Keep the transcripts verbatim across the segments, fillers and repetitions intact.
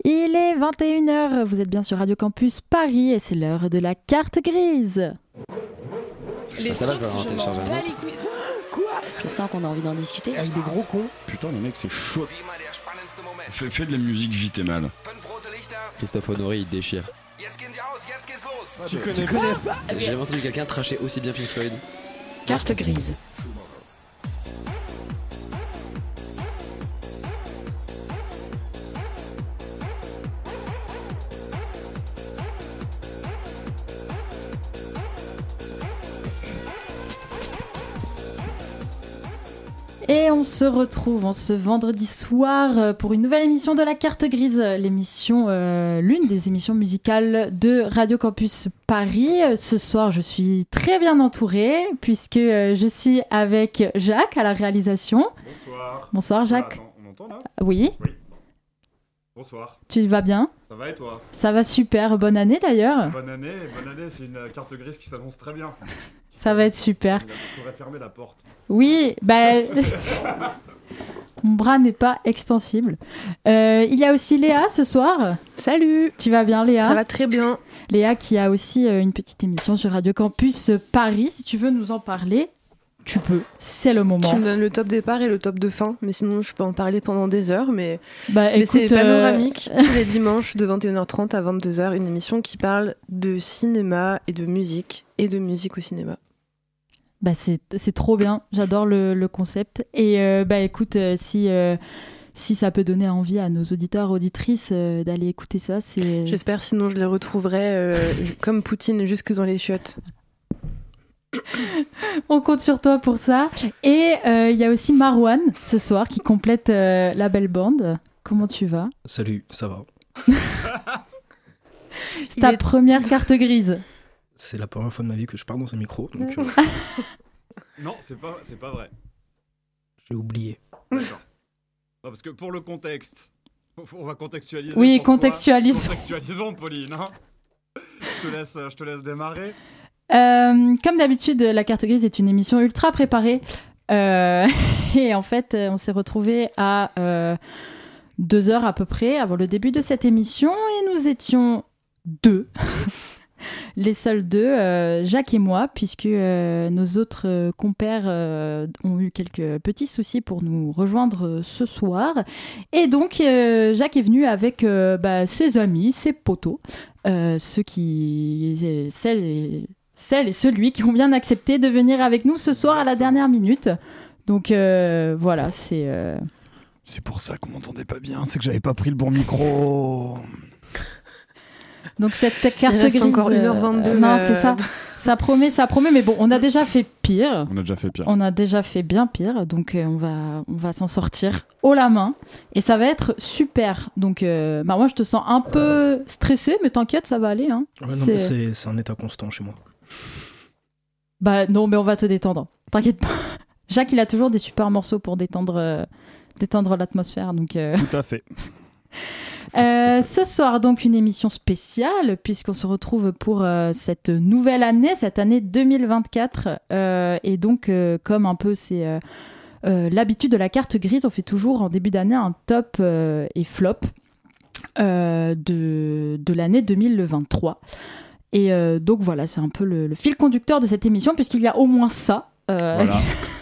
Il est vingt et une heures, vous êtes bien sur Radio Campus Paris et c'est l'heure de la carte grise. Les ça va, je vais Strokes, avoir je téléchargé m'en un bats autre. les couilles. Je sens qu'on a envie d'en discuter. Avec des gros cons. Putain, les mecs, c'est chaud. Fais, fais de la musique vite et mal. Christophe Honoré, il déchire. Tu connais, tu connais pas J'ai jamais entendu quelqu'un tracher aussi bien Pink Floyd. Carte grise. Et on se retrouve en ce vendredi soir pour une nouvelle émission de la Carte Grise, l'émission, euh, l'une des émissions musicales de Radio Campus Paris. Ce soir, je suis très bien entourée puisque euh, je suis avec Jacques à la réalisation. Bonsoir. Bonsoir Jacques. Attends, on m'entend là ? Oui. Oui. Bonsoir. Tu vas bien ? Ça va et toi ? Ça va super. Bonne année d'ailleurs. Bonne année. Bonne année, c'est une carte grise qui s'annonce très bien. Ça va être super. Il faudrait fermer la porte. Oui, bah... Mon bras n'est pas extensible. Euh, il y a aussi Léa ce soir. Salut. Tu vas bien Léa ? Ça va très bien. Léa qui a aussi euh, une petite émission sur Radio Campus Paris. Si tu veux nous en parler, tu peux. C'est le moment. Tu me donnes le top départ et le top de fin, mais sinon je peux en parler pendant des heures. Mais, bah, mais écoute, c'est euh... panoramique, tous les dimanches de vingt et une heures trente à vingt-deux heures, une émission qui parle de cinéma et de musique, et de musique au cinéma. Bah c'est, c'est trop bien, j'adore le, le concept. Et euh, bah écoute, euh, si, euh, si ça peut donner envie à nos auditeurs, auditrices euh, d'aller écouter ça, c'est... J'espère, sinon je les retrouverai euh, comme Poutine jusque dans les chiottes. On compte sur toi pour ça. Et il euh, y a aussi Marwan ce soir qui complète euh, la belle bande. Comment tu vas ? Salut, ça va. C'est ta est... première carte grise. C'est la première fois de ma vie que je parle dans ce micro, donc... Euh... non, c'est pas, c'est pas vrai. J'ai oublié. D'accord. Non, parce que pour le contexte, on va contextualiser. Oui, contextualise. Contextualisons, Pauline. Hein, je, te laisse, je te laisse démarrer. Euh, comme d'habitude, la carte grise est une émission ultra préparée. Euh, et en fait, on s'est retrouvés à euh, deux heures à peu près avant le début de cette émission. Et nous étions deux. Les seuls deux, euh, Jacques et moi, puisque euh, nos autres euh, compères euh, ont eu quelques petits soucis pour nous rejoindre euh, ce soir. Et donc, euh, Jacques est venu avec euh, bah, ses amis, ses potos, euh, ceux qui, celles et, celles et celui qui ont bien accepté de venir avec nous ce soir à la dernière minute. Donc euh, voilà, c'est... Euh... C'est pour ça qu'on m'entendait pas bien, c'est que j'avais pas pris le bon micro. Donc cette carte Il reste grise, encore une heure vingt-deux. Euh, non, euh... c'est ça. Ça promet, ça promet. Mais bon, on a déjà fait pire. On a déjà fait pire. On a déjà fait bien pire. Donc euh, on va, on va s'en sortir haut la main. Et ça va être super. Donc euh, bah moi, je te sens un peu stressée, mais t'inquiète, ça va aller. Hein. Ouais, non, c'est... mais c'est, c'est un état constant chez moi. Bah non, mais on va te détendre. T'inquiète pas. Jacques, il a toujours des super morceaux pour détendre, euh, détendre l'atmosphère. Donc. Euh... Tout à fait. Euh, ce soir, donc, une émission spéciale, puisqu'on se retrouve pour euh, cette nouvelle année, cette année deux mille vingt-quatre. Euh, et donc, euh, comme un peu c'est euh, euh, l'habitude de la carte grise, on fait toujours en début d'année un top euh, et flop euh, de, de l'année deux mille vingt-trois. Et euh, donc, voilà, c'est un peu le, le fil conducteur de cette émission, puisqu'il y a au moins ça. Euh, voilà.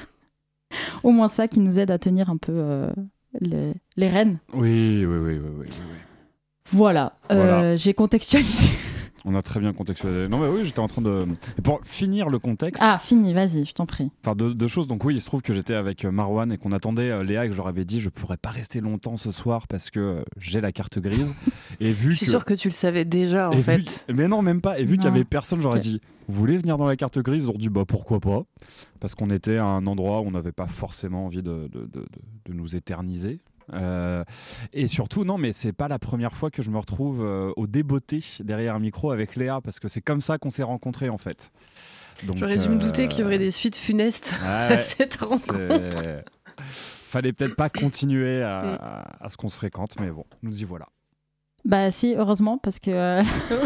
Au moins ça qui nous aide à tenir un peu... Euh, Les, les rênes. Oui, oui, oui, oui, oui, oui. Voilà, voilà. Euh, j'ai contextualisé. On a très bien contextualisé. Non, mais oui, j'étais en train de... Et pour finir le contexte... Ah, fini, vas-y, je t'en prie. Enfin, deux, deux choses. Donc oui, il se trouve que j'étais avec Marwan et qu'on attendait euh, Léa et que je leur avais dit je pourrais pas rester longtemps ce soir parce que euh, j'ai la carte grise. Et vu je suis que... sûre que tu le savais déjà, en et fait. Vu... Mais non, même pas. Et vu non. qu'il y avait personne, j'aurais dit vous voulez venir dans la carte grise ? Ils ont dit bah pourquoi pas ? Parce qu'on était à un endroit où on n'avait pas forcément envie de, de, de, de, de nous éterniser. Euh, et surtout non mais c'est pas la première fois que je me retrouve euh, au débeauté derrière un micro avec Léa parce que c'est comme ça qu'on s'est rencontrés en fait. Donc, j'aurais dû euh... me douter qu'il y aurait des suites funestes ouais, à cette rencontre. c'est... Fallait peut-être pas continuer à, à, à ce qu'on se fréquente mais bon nous y voilà. Bah si heureusement parce que euh...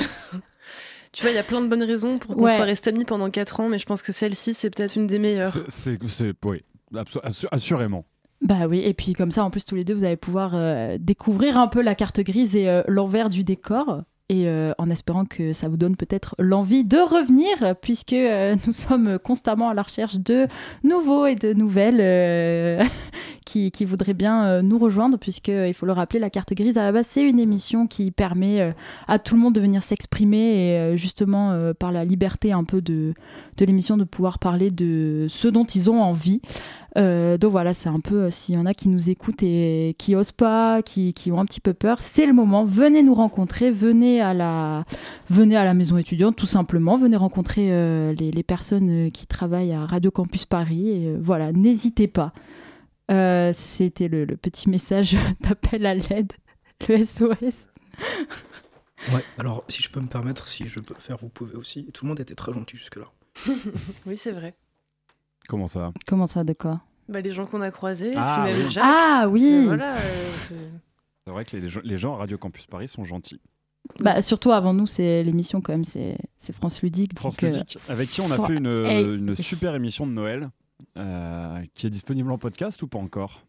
tu vois il y a plein de bonnes raisons pour qu'on ouais. soit restés amis pendant quatre ans mais je pense que celle-ci c'est peut-être une des meilleures. C'est, c'est, c'est... oui absol- assurément. Bah oui, et puis comme ça, en plus, tous les deux, vous allez pouvoir euh, découvrir un peu la carte grise et euh, l'envers du décor. Et euh, en espérant que ça vous donne peut-être l'envie de revenir, puisque euh, nous sommes constamment à la recherche de nouveaux et de nouvelles euh, qui, qui voudraient bien euh, nous rejoindre, puisqu'il faut le rappeler, la carte grise, à la base, c'est une émission qui permet euh, à tout le monde de venir s'exprimer et euh, justement, euh, par la liberté un peu de, de l'émission, de pouvoir parler de ce dont ils ont envie. Euh, donc voilà, c'est un peu, euh, s'il y en a qui nous écoutent et qui osent pas, qui, qui ont un petit peu peur, c'est le moment. Venez nous rencontrer, venez à la, venez à la maison étudiante, tout simplement. Venez rencontrer euh, les, les personnes qui travaillent à Radio Campus Paris. Et, euh, voilà, n'hésitez pas. Euh, c'était le, le petit message d'appel à l'aide, le S O S. Ouais, alors si je peux me permettre, si je peux le faire, vous pouvez aussi. Tout le monde était très gentil jusque-là. Oui, c'est vrai. Comment ça? Comment ça, de quoi? Bah, les gens qu'on a croisés, Ah, tu m'avais oui. Jacques. Ah oui. euh, Voilà. euh, c'est- C'est vrai que les, gens- les gens à Radio Campus Paris sont gentils. Bah, surtout avant nous, c'est l'émission quand même, c'est, c'est France Ludique. France donc, euh, Ludique, avec qui on a for- fait une, Hey. une super émission de Noël, euh, qui est disponible en podcast ou pas encore?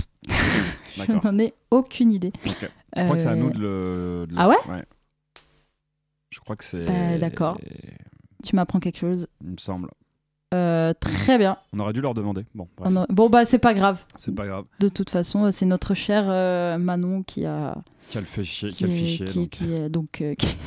je D'accord. n'en ai aucune idée. Ok. Je crois que c'est à Euh, nous de le. de le- Ah ouais Je crois que c'est. Bah, d'accord. Tu m'apprends quelque chose. Il me semble. Euh, très bien. On aurait dû leur demander. Bon, bref, On a- Bon, bah, c'est pas grave. c'est pas grave. De toute façon, c'est notre cher euh, Manon qui a. Quel fichier, Qui quel est- fichier. qui- donc. qui est- donc, euh, qui-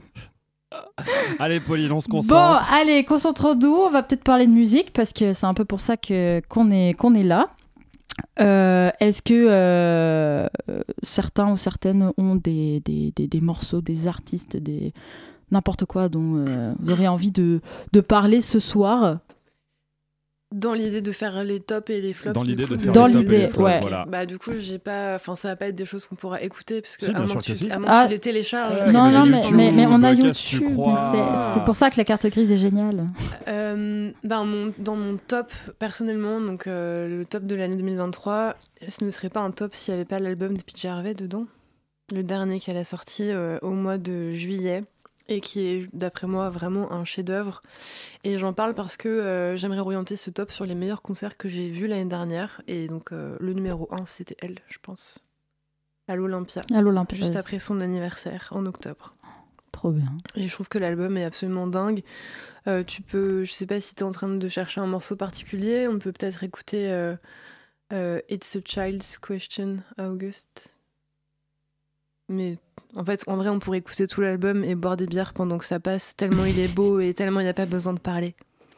Allez, Pauline, on se Bon, concentre. allez, concentrons-nous. On va peut-être parler de musique parce que c'est un peu pour ça que, qu'on, est, qu'on est là. Euh, est-ce que euh, certains ou certaines ont des, des, des, des morceaux, des artistes, des n'importe quoi dont euh, vous auriez envie de, de parler ce soir? Dans l'idée de faire les tops et les flops. Dans du l'idée coup, de faire Dans les tops et l'idée, les flops, ouais. Voilà. Bah du coup j'ai pas, enfin ça va pas être des choses qu'on pourra écouter parce que Si, à bien moins sûr que tu, que si. à moins Ah. que tu les télécharges. Euh, Non, mais non, j'ai mais, YouTube, mais, mais on a bah, YouTube. qu'est-ce que tu mais crois c'est, c'est pour ça que la carte grise est géniale. Euh, ben, mon- dans mon top personnellement, donc euh, le top de l'année deux mille vingt-trois, ce ne serait pas un top s'il n'y avait pas l'album de Pete Gervais dedans, le dernier qu'elle a sorti euh, au mois de juillet et qui est d'après moi vraiment un chef-d'œuvre. Et j'en parle parce que euh, j'aimerais orienter ce top sur les meilleurs concerts que j'ai vus l'année dernière. Et donc euh, le numéro un, c'était elle, je pense, à l'Olympia, À l'Olympia. juste après son anniversaire en octobre. Trop bien. Et je trouve que l'album est absolument dingue. Euh, tu peux, je sais pas si tu es en train de chercher un morceau particulier, on peut peut-être écouter euh, euh, It's a Child's Question, August. Mais en fait, en vrai, on pourrait écouter tout l'album et boire des bières pendant que ça passe, tellement il est beau et tellement il n'y a pas besoin de parler.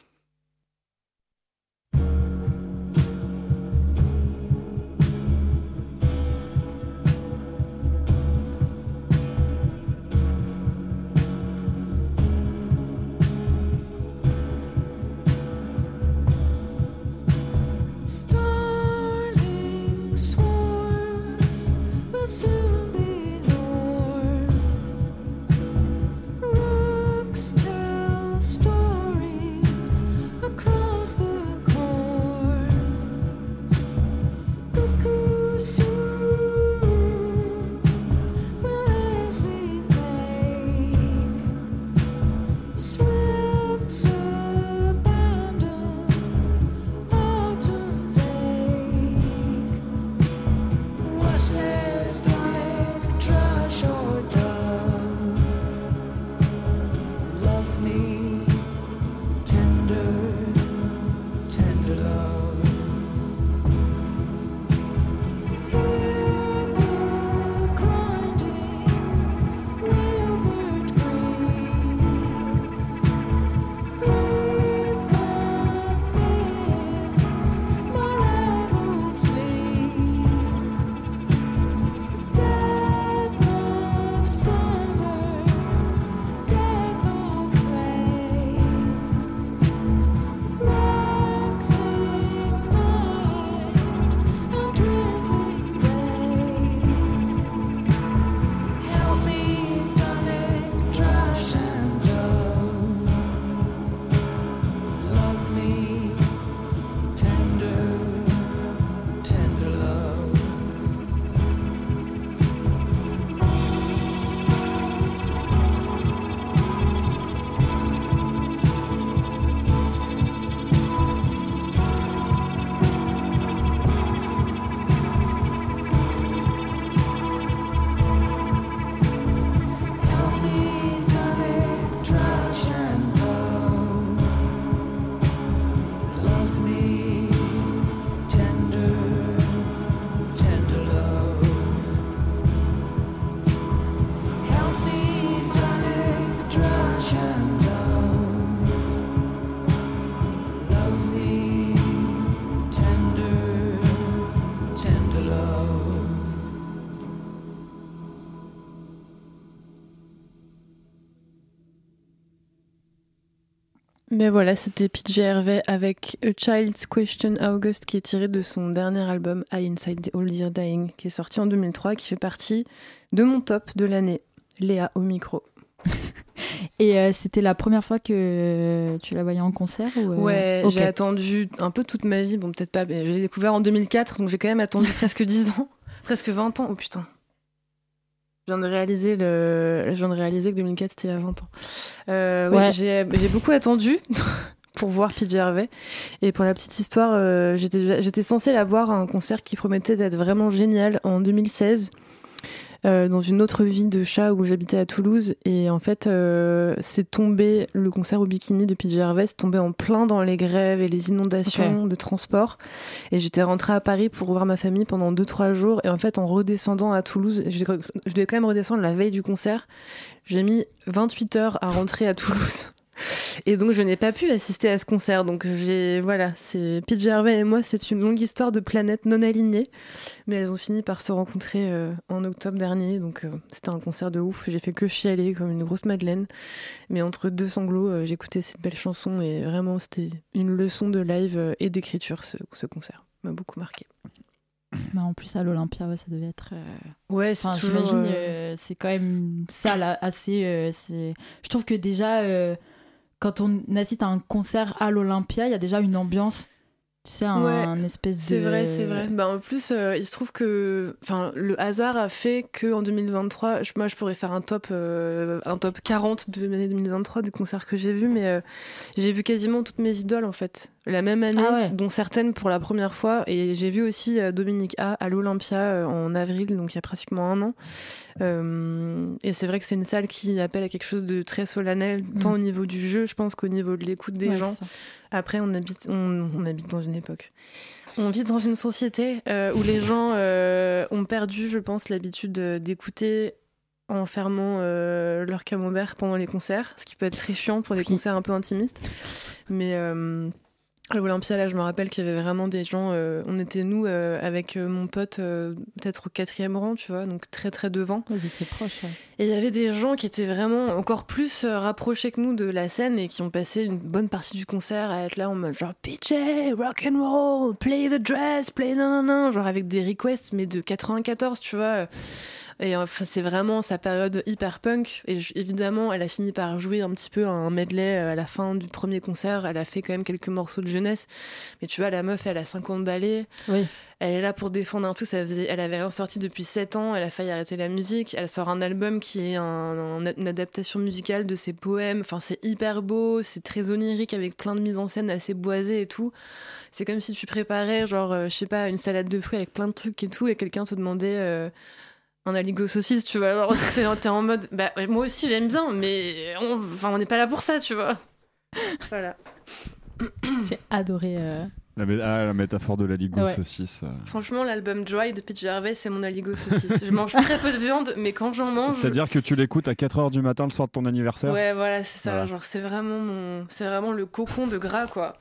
Starling swarms will soon be lured. Rooks tell stories Mais voilà, c'était P J Harvey avec A Child's Question August, qui est tiré de son dernier album I Inside the Old Year Dying, qui est sorti en deux mille trois, qui fait partie de mon top de l'année. Léa au micro. Et euh, c'était la première fois que tu la voyais en concert ou euh... Ouais, Ok. j'ai attendu un peu toute ma vie. Bon, peut-être pas, mais je l'ai découvert en deux mille quatre, donc j'ai quand même attendu presque dix ans. Presque vingt ans. Oh putain. Je viens de réaliser, le... je viens de réaliser que deux mille quatre, c'était il y a vingt ans. Euh, ouais, Ouais. j'ai, j'ai beaucoup attendu pour voir P J Harvey. Et pour la petite histoire, euh, j'étais, j'étais censée la voir à un concert qui promettait d'être vraiment génial en deux mille seize. Euh, dans une autre vie de chat où j'habitais à Toulouse, et en fait euh, c'est tombé, le concert au Bikini de P J Harvey c'est tombé en plein dans les grèves et les inondations Ok. de transport, et j'étais rentrée à Paris pour voir ma famille pendant deux trois jours, et en fait en redescendant à Toulouse, je je devais quand même redescendre la veille du concert, j'ai mis vingt-huit heures à rentrer à Toulouse. Et donc je n'ai pas pu assister à ce concert. Donc j'ai voilà, c'est P J Harvey et moi, c'est une longue histoire de planètes non alignées, mais elles ont fini par se rencontrer euh, en octobre dernier. Donc euh, c'était un concert de ouf. J'ai fait que chialer comme une grosse madeleine, mais entre deux sanglots, euh, j'écoutais cette belle chanson et vraiment c'était une leçon de live euh, et d'écriture. Ce, ce concert m'a beaucoup marqué. Bah, en plus, à l'Olympia, ouais, ça devait être. euh, Ouais, c'est Enfin, toujours. j'imagine, euh, euh, c'est quand même une salle a- assez. euh, c'est... Je trouve que déjà, euh, quand on assiste à un concert à l'Olympia, il y a déjà une ambiance. Tu sais, un, Ouais, un espèce de. C'est vrai, c'est vrai. Bah, en plus, euh, il se trouve que enfin, le hasard a fait qu'en deux mille vingt-trois, je, moi je pourrais faire un top, euh, un top quarante de l'année deux mille vingt-trois des concerts que j'ai vus, mais euh, j'ai vu quasiment toutes mes idoles en fait. La même année, Ah ouais. dont certaines pour la première fois. Et j'ai vu aussi euh, Dominique A à l'Olympia euh, en avril, donc il y a pratiquement un an. Euh, et c'est vrai que c'est une salle qui appelle à quelque chose de très solennel, tant Mm. au niveau du jeu, je pense qu'au niveau de l'écoute des Ouais, gens. c'est ça. Après, on habite, on, on habite dans une époque. On vit dans une société euh, où les gens euh, ont perdu, je pense, l'habitude euh, d'écouter en fermant euh, leur camembert pendant les concerts, ce qui peut être très chiant pour des Oui. concerts un peu intimistes. Mais euh, à l'Olympia, là, je me rappelle qu'il y avait vraiment des gens. euh, on était, nous, euh, avec euh, mon pote, euh, peut-être au quatrième rang, tu vois, donc très très devant. Vous étiez proches. Ouais. Et il y avait des gens qui étaient vraiment encore plus euh, rapprochés que nous de la scène et qui ont passé une bonne partie du concert à être là en mode genre P J, rock and roll, play the dress, play nanana, genre avec des requests mais de quatre-vingt-quatorze, tu vois. Et enfin, c'est vraiment sa période hyper punk. Et j- évidemment, elle a fini par jouer un petit peu un medley euh, à la fin du premier concert. Elle a fait quand même quelques morceaux de jeunesse. Mais tu vois, la meuf, elle a cinquante balais. Oui. Elle est là pour défendre un tout. Ça faisait, elle avait rien sorti depuis sept ans. Elle a failli arrêter la musique. Elle sort un album qui est un- un- une adaptation musicale de ses poèmes. Enfin, c'est hyper beau. C'est très onirique avec plein de mises en scène assez boisées et tout. C'est comme si tu préparais, genre, euh, je sais pas, une salade de fruits avec plein de trucs et tout. Et quelqu'un te demandait euh, un aligot saucisse, tu vois. Alors, c'est- t'es en mode, bah, moi aussi j'aime bien, mais on enfin, on n'est pas là pour ça, tu vois. Voilà. J'ai adoré. euh, La, mé- ah, la métaphore de la ligo Ouais. saucisse. euh. Franchement, l'album Dry de P J Harvey, c'est mon aligot saucisse. Je mange très peu de viande, mais quand j'en mange. C'est-à-dire que tu l'écoutes à quatre heures du matin le soir de ton anniversaire. Ouais, voilà, c'est ça. Voilà. Genre, c'est vraiment mon, c'est vraiment le cocon de gras, quoi.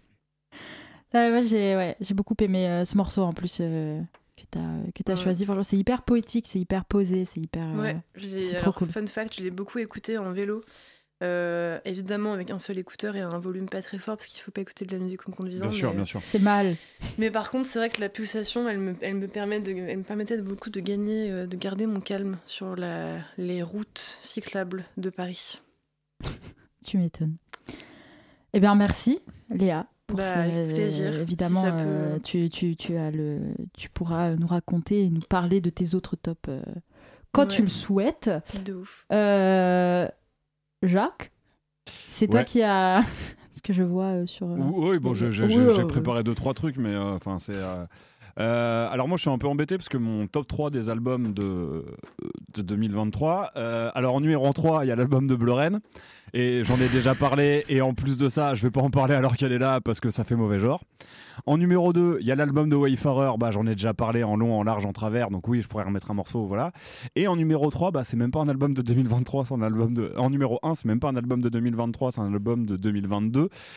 Ah, ouais, j'ai ouais, j'ai beaucoup aimé euh, ce morceau en plus euh, que tu as que t'as Ouais. choisi. Franchement, c'est hyper poétique, c'est hyper posé, c'est hyper. euh, Ouais, je l'ai- c'est trop alors, cool. Fun fact, je l'ai beaucoup écouté en vélo. Euh, évidemment, avec un seul écouteur et un volume pas très fort, parce qu'il faut pas écouter de la musique en conduisant. Bien sûr, mais- bien sûr. C'est mal. Mais par contre, c'est vrai que la pulsation, elle me, elle me, permet de, elle me permettait de beaucoup de gagner, euh, de garder mon calme sur la, les routes cyclables de Paris. Tu m'étonnes. Eh bien, merci, Léa. Pour Bah, ce- avec plaisir, si Évidemment, ça peut- euh, tu, tu, tu, as le, tu pourras nous raconter et nous parler de tes autres tops euh, quand Ouais. tu le souhaites. De ouf. Euh, Jacques, c'est toi Ouais. qui as ce que je vois euh, sur. euh, Oui, bon, je- je- Oui, je- oui, j'ai oui. préparé deux trois trucs, mais euh, enfin c'est. euh, euh, alors moi je suis un peu embêté parce que mon top trois des albums de, de deux mille vingt-trois, euh, alors en numéro trois il y a l'album de Bleuren et j'en ai déjà parlé et en plus de ça je vais pas en parler alors qu'elle est là parce que ça fait mauvais genre. En numéro deux il y a l'album de Wayfarer, bah, j'en ai déjà parlé en long, en large, en travers, donc oui je pourrais remettre un morceau, voilà. Et en numéro trois bah, c'est même pas un album de deux mille vingt-trois, c'est un album de... En numéro un c'est même pas un album de deux mille vingt-trois, c'est un album de deux mille vingt-deux.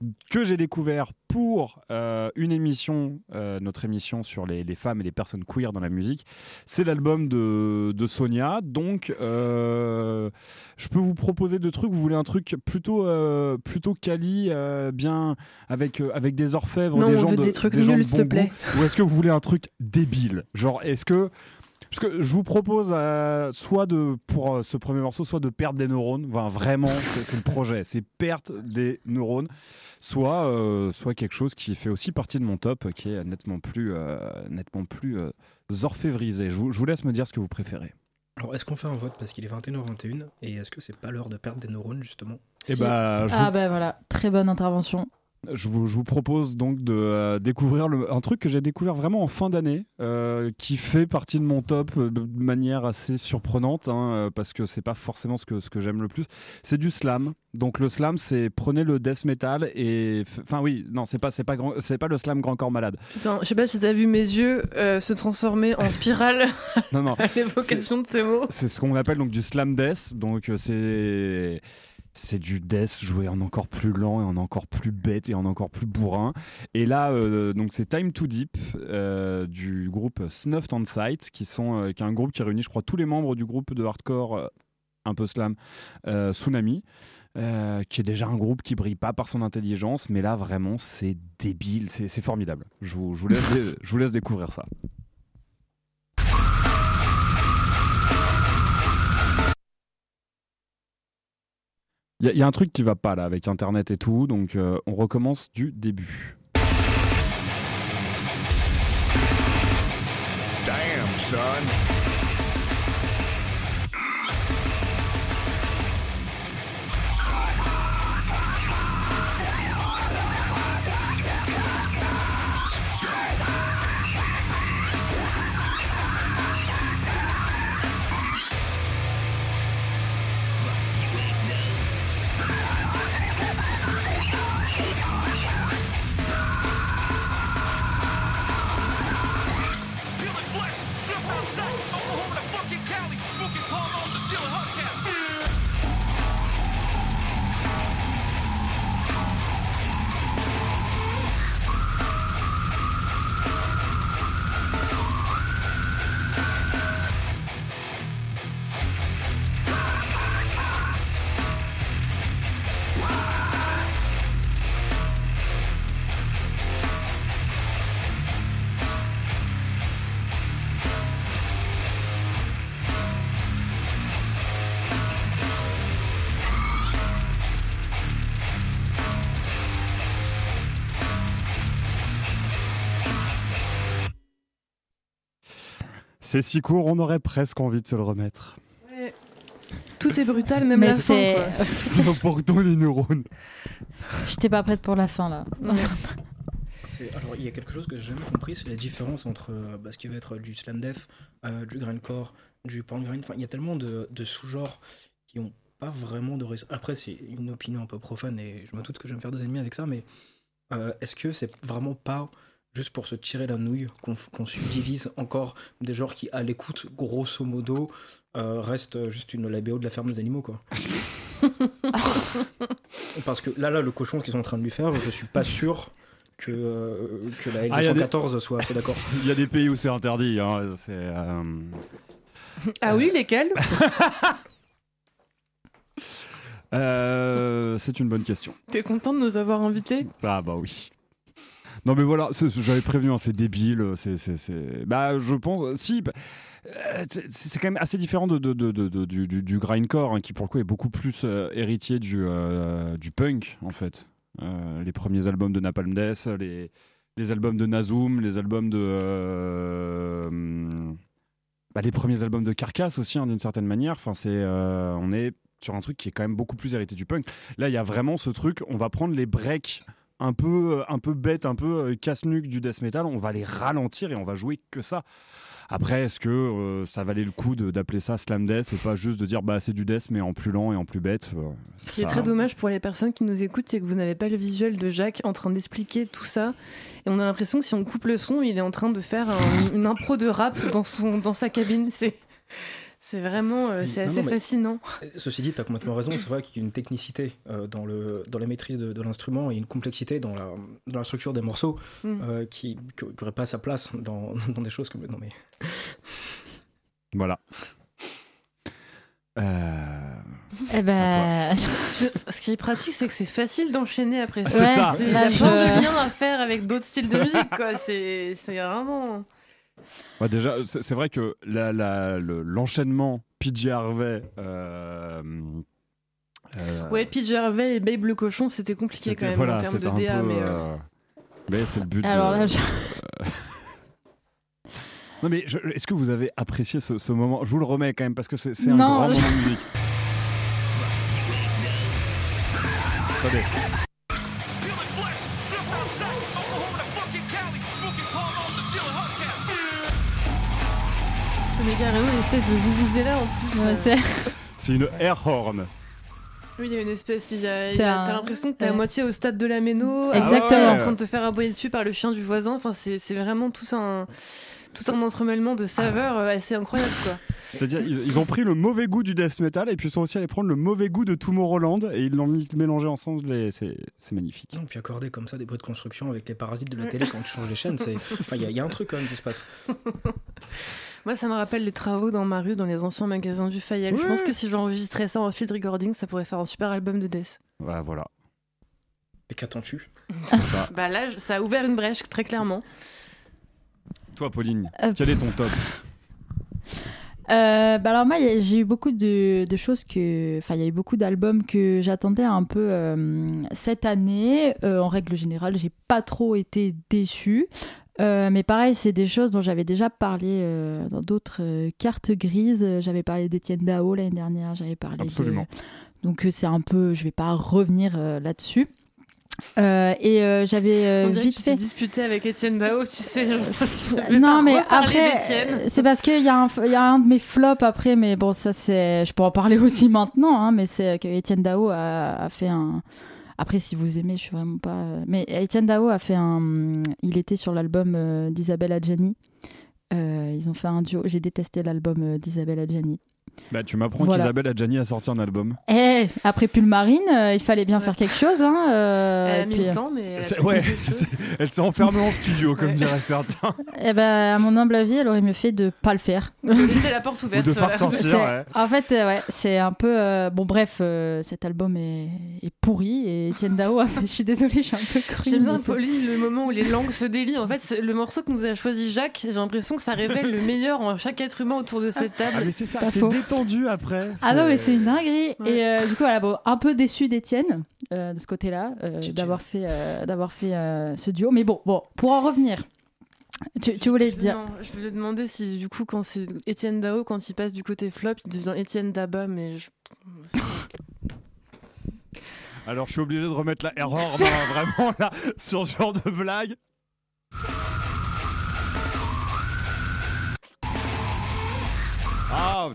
que j'ai découvert pour euh, une émission, euh, notre émission sur les, les femmes et les personnes queer dans la musique. C'est l'album de, de Sonia. Donc, euh, je peux vous proposer deux trucs. Vous voulez un truc plutôt, euh, plutôt quali, euh, bien avec, euh, avec des orfèvres, Non, des on gens veut de, des trucs des gens de nuls, s'il bon te plaît. goût, ou est-ce que vous voulez un truc débile? Genre, est-ce que Parce que je vous propose euh, soit de, pour euh, ce premier morceau, soit de perdre des neurones, enfin, vraiment, c'est, c'est le projet, c'est perdre des neurones, soit, euh, soit quelque chose qui fait aussi partie de mon top, qui est nettement plus, euh, nettement plus euh, orfévrisé. Je vous, je vous laisse me dire ce que vous préférez. Alors, est-ce qu'on fait un vote parce qu'il est vingt et une heures vingt et une et est-ce que c'est pas l'heure de perdre des neurones, justement? Et Si. bah, je, Ah vous, ben voilà, très bonne intervention. je, vous, je vous propose donc de euh, découvrir le, un truc que j'ai découvert vraiment en fin d'année, euh, qui fait partie de mon top euh, de manière assez surprenante, hein, euh, parce que c'est pas forcément ce que, ce que j'aime le plus. C'est du slam. Donc le slam, c'est prenez le death metal et, enfin oui, non, c'est pas, c'est pas, grand, c'est pas le slam grand corps malade. Putain, je sais pas si t'as vu mes yeux euh, se transformer en spirale Non, non. à l'évocation de ce mot. C'est ce qu'on appelle donc du slam death. Donc euh, c'est c'est du death joué en encore plus lent et en encore plus bête et en encore plus bourrin. Et là, euh, donc c'est Time Too Deep euh, du groupe Snuffed on Sight, qui sont euh, qui est un groupe qui réunit, je crois, tous les membres du groupe de hardcore euh, un peu slam euh, Tsunami. Euh, qui est déjà un groupe qui brille pas par son intelligence, mais là vraiment c'est débile, c'est, c'est formidable. Je vous, je vous laisse, dé- je vous laisse découvrir ça. Il y, y a un truc qui va pas là avec internet et tout, donc euh, on recommence du début. Damn, son. C'est si court, on aurait presque envie de se le remettre. Ouais. Tout est brutal, même Mais la c'est- fin. C'est important les neurones. J'étais pas prête pour la fin là. Quoi. C'est- Alors, il y a quelque chose que j'ai jamais compris, c'est la différence entre euh, bah, ce qui va être du slam death, euh, du grindcore, du porn grind. Enfin, il y a tellement de, de sous-genres qui ont pas vraiment de raison. Après, c'est une opinion un peu profane et je me doute que je vais me faire des ennemis avec ça, mais euh, est-ce que c'est vraiment pas juste pour se tirer la nouille qu'on, f- qu'on subdivise encore des genres qui, à l'écoute, grosso modo, euh, restent juste une la B O de la ferme des animaux, quoi. Parce que là, là, le cochon qu'ils sont en train de lui faire, je suis pas sûr que, euh, que la L Ah, y a deux cent quatorze soit, soit d'accord. Il y a des pays où c'est interdit. Hein. C'est, euh... Ah oui, lesquels? Euh, c'est une bonne question. T'es content de nous avoir invités? Ah bah oui. Non mais voilà, c'est- c'est- j'avais prévenu, hein, c'est débile, c'est, c'est, c'est... Bah je pense, si, bah, euh, c'est, c'est quand même assez différent de, de, de, de- de- du, du, du grindcore, hein, qui pour le coup est beaucoup plus euh, héritier du, euh, du punk en fait. Euh, les premiers albums de Napalm Death, les, les albums de Nazum, les albums de... euh, hum, bah, les premiers albums de Carcass aussi, hein, d'une certaine manière. Enfin, c'est, euh, on est sur un truc qui est quand même beaucoup plus hérité du punk. Là, il y a vraiment ce truc, on va prendre les breaks un peu, un peu bêtes, un peu euh, casse-nuque du death metal, on va les ralentir et on va jouer que ça. Après, est-ce que euh, ça valait le coup de, d'appeler ça slam death et pas juste de dire bah c'est du death mais en plus lent et en plus bête. euh, Ce qui est ça- très dommage pour les personnes qui nous écoutent, c'est que vous n'avez pas le visuel de Jacques en train d'expliquer tout ça. Et on a l'impression que si on coupe le son, il est en train de faire un- une impro de rap dans, son, dans sa cabine. C'est, C'est vraiment, euh, c'est Non, assez non, mais- fascinant. Ceci dit, tu as complètement raison. C'est vrai qu'il y a une technicité euh, dans, le, dans la maîtrise de, de l'instrument et une complexité dans la, dans la structure des morceaux Mm. euh, qui n'aurait pas sa place dans, dans des choses comme. Non, mais... Voilà. Euh... Eh ben, Je- Ce qui est pratique, c'est que c'est facile d'enchaîner après ça. C'est Ouais, ça. C'est là, la je- fin du lien à faire avec d'autres styles de musique, quoi. C'est, c'est vraiment. Bah déjà, c'est c'est vrai que la, la, le- l'enchaînement P J Harvey. Euh, euh, Ouais, P J Harvey et Babe le cochon, c'était compliqué c'était- quand même voilà, en termes c'était de un D A, peu, mais. euh, euh, mais c'est le but. alors de- là, je- Non mais je- est-ce que vous avez apprécié ce, ce moment? Je vous le remets quand même parce que c'est, c'est un Non, grand je- moment de musique. Attendez. On est carrément une espèce de vuvuzela en plus. Ouais, euh. c'est- C'est une air horn. Oui, il y a une espèce. Il y a, il y C'est a- un- T'as l'impression que t'es à ouais. moitié au stade de la méno. Exactement. En train de te faire aboyer dessus par le chien du voisin. Enfin, c'est, c'est vraiment tout un. Tout un entremêlement de saveurs euh, assez incroyable, quoi. C'est-à-dire ils, ils ont pris le mauvais goût du death metal et puis ils sont aussi allés prendre le mauvais goût de Tomorrowland et ils l'ont mis mélangé ensemble et c'est, c'est magnifique. Non, puis accorder comme ça des bruits de construction avec les parasites de la télé quand tu changes les chaînes, c'est. Enfin, il y, a- il y a un truc quand même qui se passe. Moi, ça me rappelle les travaux dans ma rue, dans les anciens magasins du Fayel. Je Ouais. pense que si j'enregistrais ça en field recording, ça pourrait faire un super album de death. Voilà, voilà. Et qu'attends-tu? C'est ça. Bah là, je- ça a ouvert une brèche, très clairement. Toi Pauline, Euh, quel est ton top? Euh, bah alors moi, y a- j'ai eu beaucoup de, de choses que... Enfin, il y a eu beaucoup d'albums que j'attendais un peu euh, cette année. Euh, en règle générale, j'ai pas trop été déçue. Euh, mais pareil, c'est des choses dont j'avais déjà parlé euh, dans d'autres euh, cartes grises. J'avais parlé d'Étienne Dao l'année dernière, j'avais parlé Absolument. de... Donc euh, c'est un peu... Je vais pas revenir euh, là-dessus. Euh, et euh, j'avais euh, On dirait vite que tu fait... t'es disputé avec Étienne Dao, tu sais. Non, mais après, d'Étienne. euh, c'est parce qu'il y, a un f- il y a un de mes flops après, mais bon, ça c'est. Je peux en parler aussi maintenant, hein, mais c'est que Étienne Dao a, a fait un. Après, si vous aimez, je suis vraiment pas. Mais Étienne Dao a fait un. Il était sur l'album euh, d'Isabelle Adjani. Euh, ils ont fait un duo. J'ai détesté l'album euh, d'Isabelle Adjani. Bah, tu m'apprends Voilà. qu'Isabelle Adjani a sorti un album. Eh, après Pulmarine, euh, il fallait bien Ouais. faire quelque chose. Hein, euh, Elle a et mis puis, le temps, mais elle a C'est- fait ouais, quelque chose. Elle s'est enfermée en studio, comme Ouais. diraient certains. eh ben, à mon humble avis, elle aurait mieux fait de pas le faire. Faut laisser la porte Ou ouverte. de pas voilà. ressortir, C'est- ouais. En fait, euh, ouais, c'est un peu. euh, bon, bref, euh, cet album est, est pourri et Étienne Dao a fait. Je suis désolée, je suis un peu crue. J'aime bien, mais c'est- Pauline, le moment où les langues se délient. En fait, c'est- le morceau que nous a choisi Jacques, j'ai l'impression que ça révèle le meilleur en chaque être humain autour de cette table. Ah, mais c'est ça, Pas t'es faux. détendu après. Ah non, mais c'est une dinguerie. Ouais. Et euh, du coup, voilà, bon, un peu déçu d'Étienne euh, de ce côté-là, euh, Tchétchène. d'avoir fait, euh, d'avoir fait euh, ce duo. Mais bon, bon, pour en revenir, tu, tu voulais Je- dire. non, je voulais demander si, du coup, quand c'est Étienne Dao, quand il passe du côté flop, il devient Étienne Daba, mais je... Alors, je suis obligé de remettre la erreur, non, vraiment, là, sur ce genre de blague. Ah,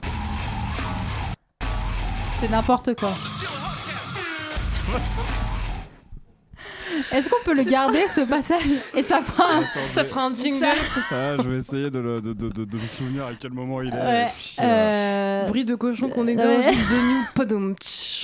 C'est n'importe quoi. Est-ce qu'on peut le garder, ce passage? Et ça fera un... ça fera un jingle. Ça- ah, je vais essayer de, le- de, de, de, de me souvenir à quel moment il est. Ouais, et puis, euh, euh, Bruit de cochon qu'on égorge, Ouais. de new podum. tch.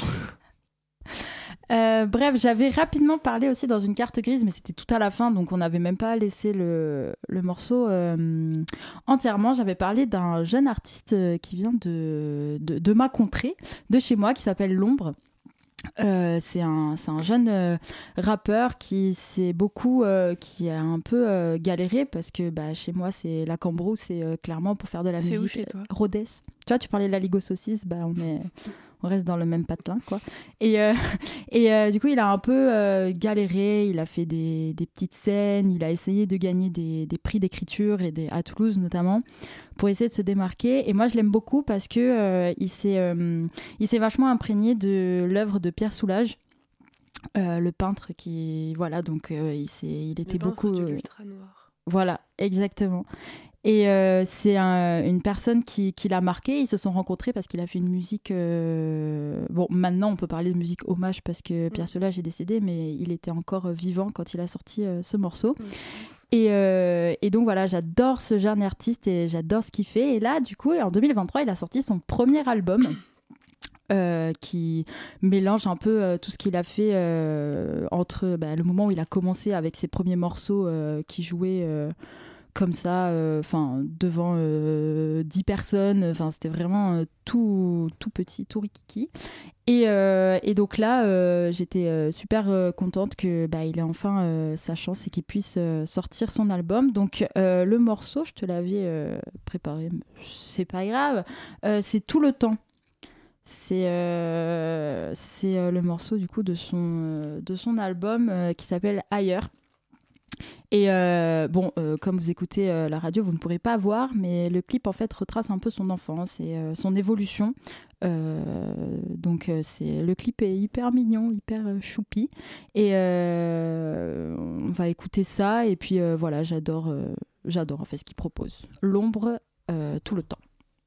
Euh, bref, j'avais rapidement parlé aussi dans une carte grise, mais c'était tout à la fin, donc on n'avait même pas laissé le, le morceau euh, entièrement. J'avais parlé d'un jeune artiste euh, qui vient de, de, de ma contrée, de chez moi, qui s'appelle L'Ombre. Euh, c'est un, c'est un jeune euh, rappeur qui s'est beaucoup euh, qui a un peu euh, galéré parce que bah, chez moi c'est la Cambrousse, c'est euh, clairement pour faire de la C'est où musique chez toi? Rodez. Tu vois, tu parlais de la Ligo Saucisse, bah on est on reste dans le même patelin quoi. Et euh, et euh, du coup il a un peu euh, galéré, il a fait des, des petites scènes, il a essayé de gagner des, des prix d'écriture et des, à Toulouse notamment pour essayer de se démarquer. Et moi je l'aime beaucoup parce que euh, il s'est euh, il s'est vachement imprégné de l'œuvre de Pierre Soulages, euh, le peintre qui voilà donc euh, il s'est il était Le beaucoup ventre de euh, l'ultra noir. voilà exactement. Et euh, c'est un- une personne qui, qui l'a marqué. Ils se sont rencontrés parce qu'il a fait une musique. euh, Bon, maintenant on peut parler de musique hommage parce que Pierre Soulages est décédé, mais il était encore vivant quand il a sorti euh, ce morceau. Mm. Et, euh, et donc voilà, j'adore ce jeune artiste et j'adore ce qu'il fait. Et là, du coup, en deux mille vingt-trois, il a sorti son premier album. Euh, qui mélange un peu euh, tout ce qu'il a fait euh, entre bah, le moment où il a commencé avec ses premiers morceaux euh, qui jouaient euh, comme ça, enfin euh, devant euh, dix personnes, enfin c'était vraiment euh, tout, tout petit, tout rikiki. Et, euh, et donc là, euh, j'étais euh, super euh, contente que bah, il ait enfin euh, sa chance et qu'il puisse euh, sortir son album. Donc euh, le morceau, je te l'avais euh, préparé, c'est pas grave, euh, c'est Tout le temps. C'est, euh, c'est euh, le morceau du coup de son, euh, de son album euh, qui s'appelle Ailleurs. Et euh, bon, euh, comme vous écoutez euh, la radio, vous ne pourrez pas voir, mais le clip en fait retrace un peu son enfance et euh, son évolution. Euh, donc euh, c'est, le clip est hyper mignon, hyper euh, choupi. Et euh, on va écouter ça. Et puis euh, voilà, j'adore, euh, j'adore en fait ce qu'il propose. L'ombre, euh, tout le temps.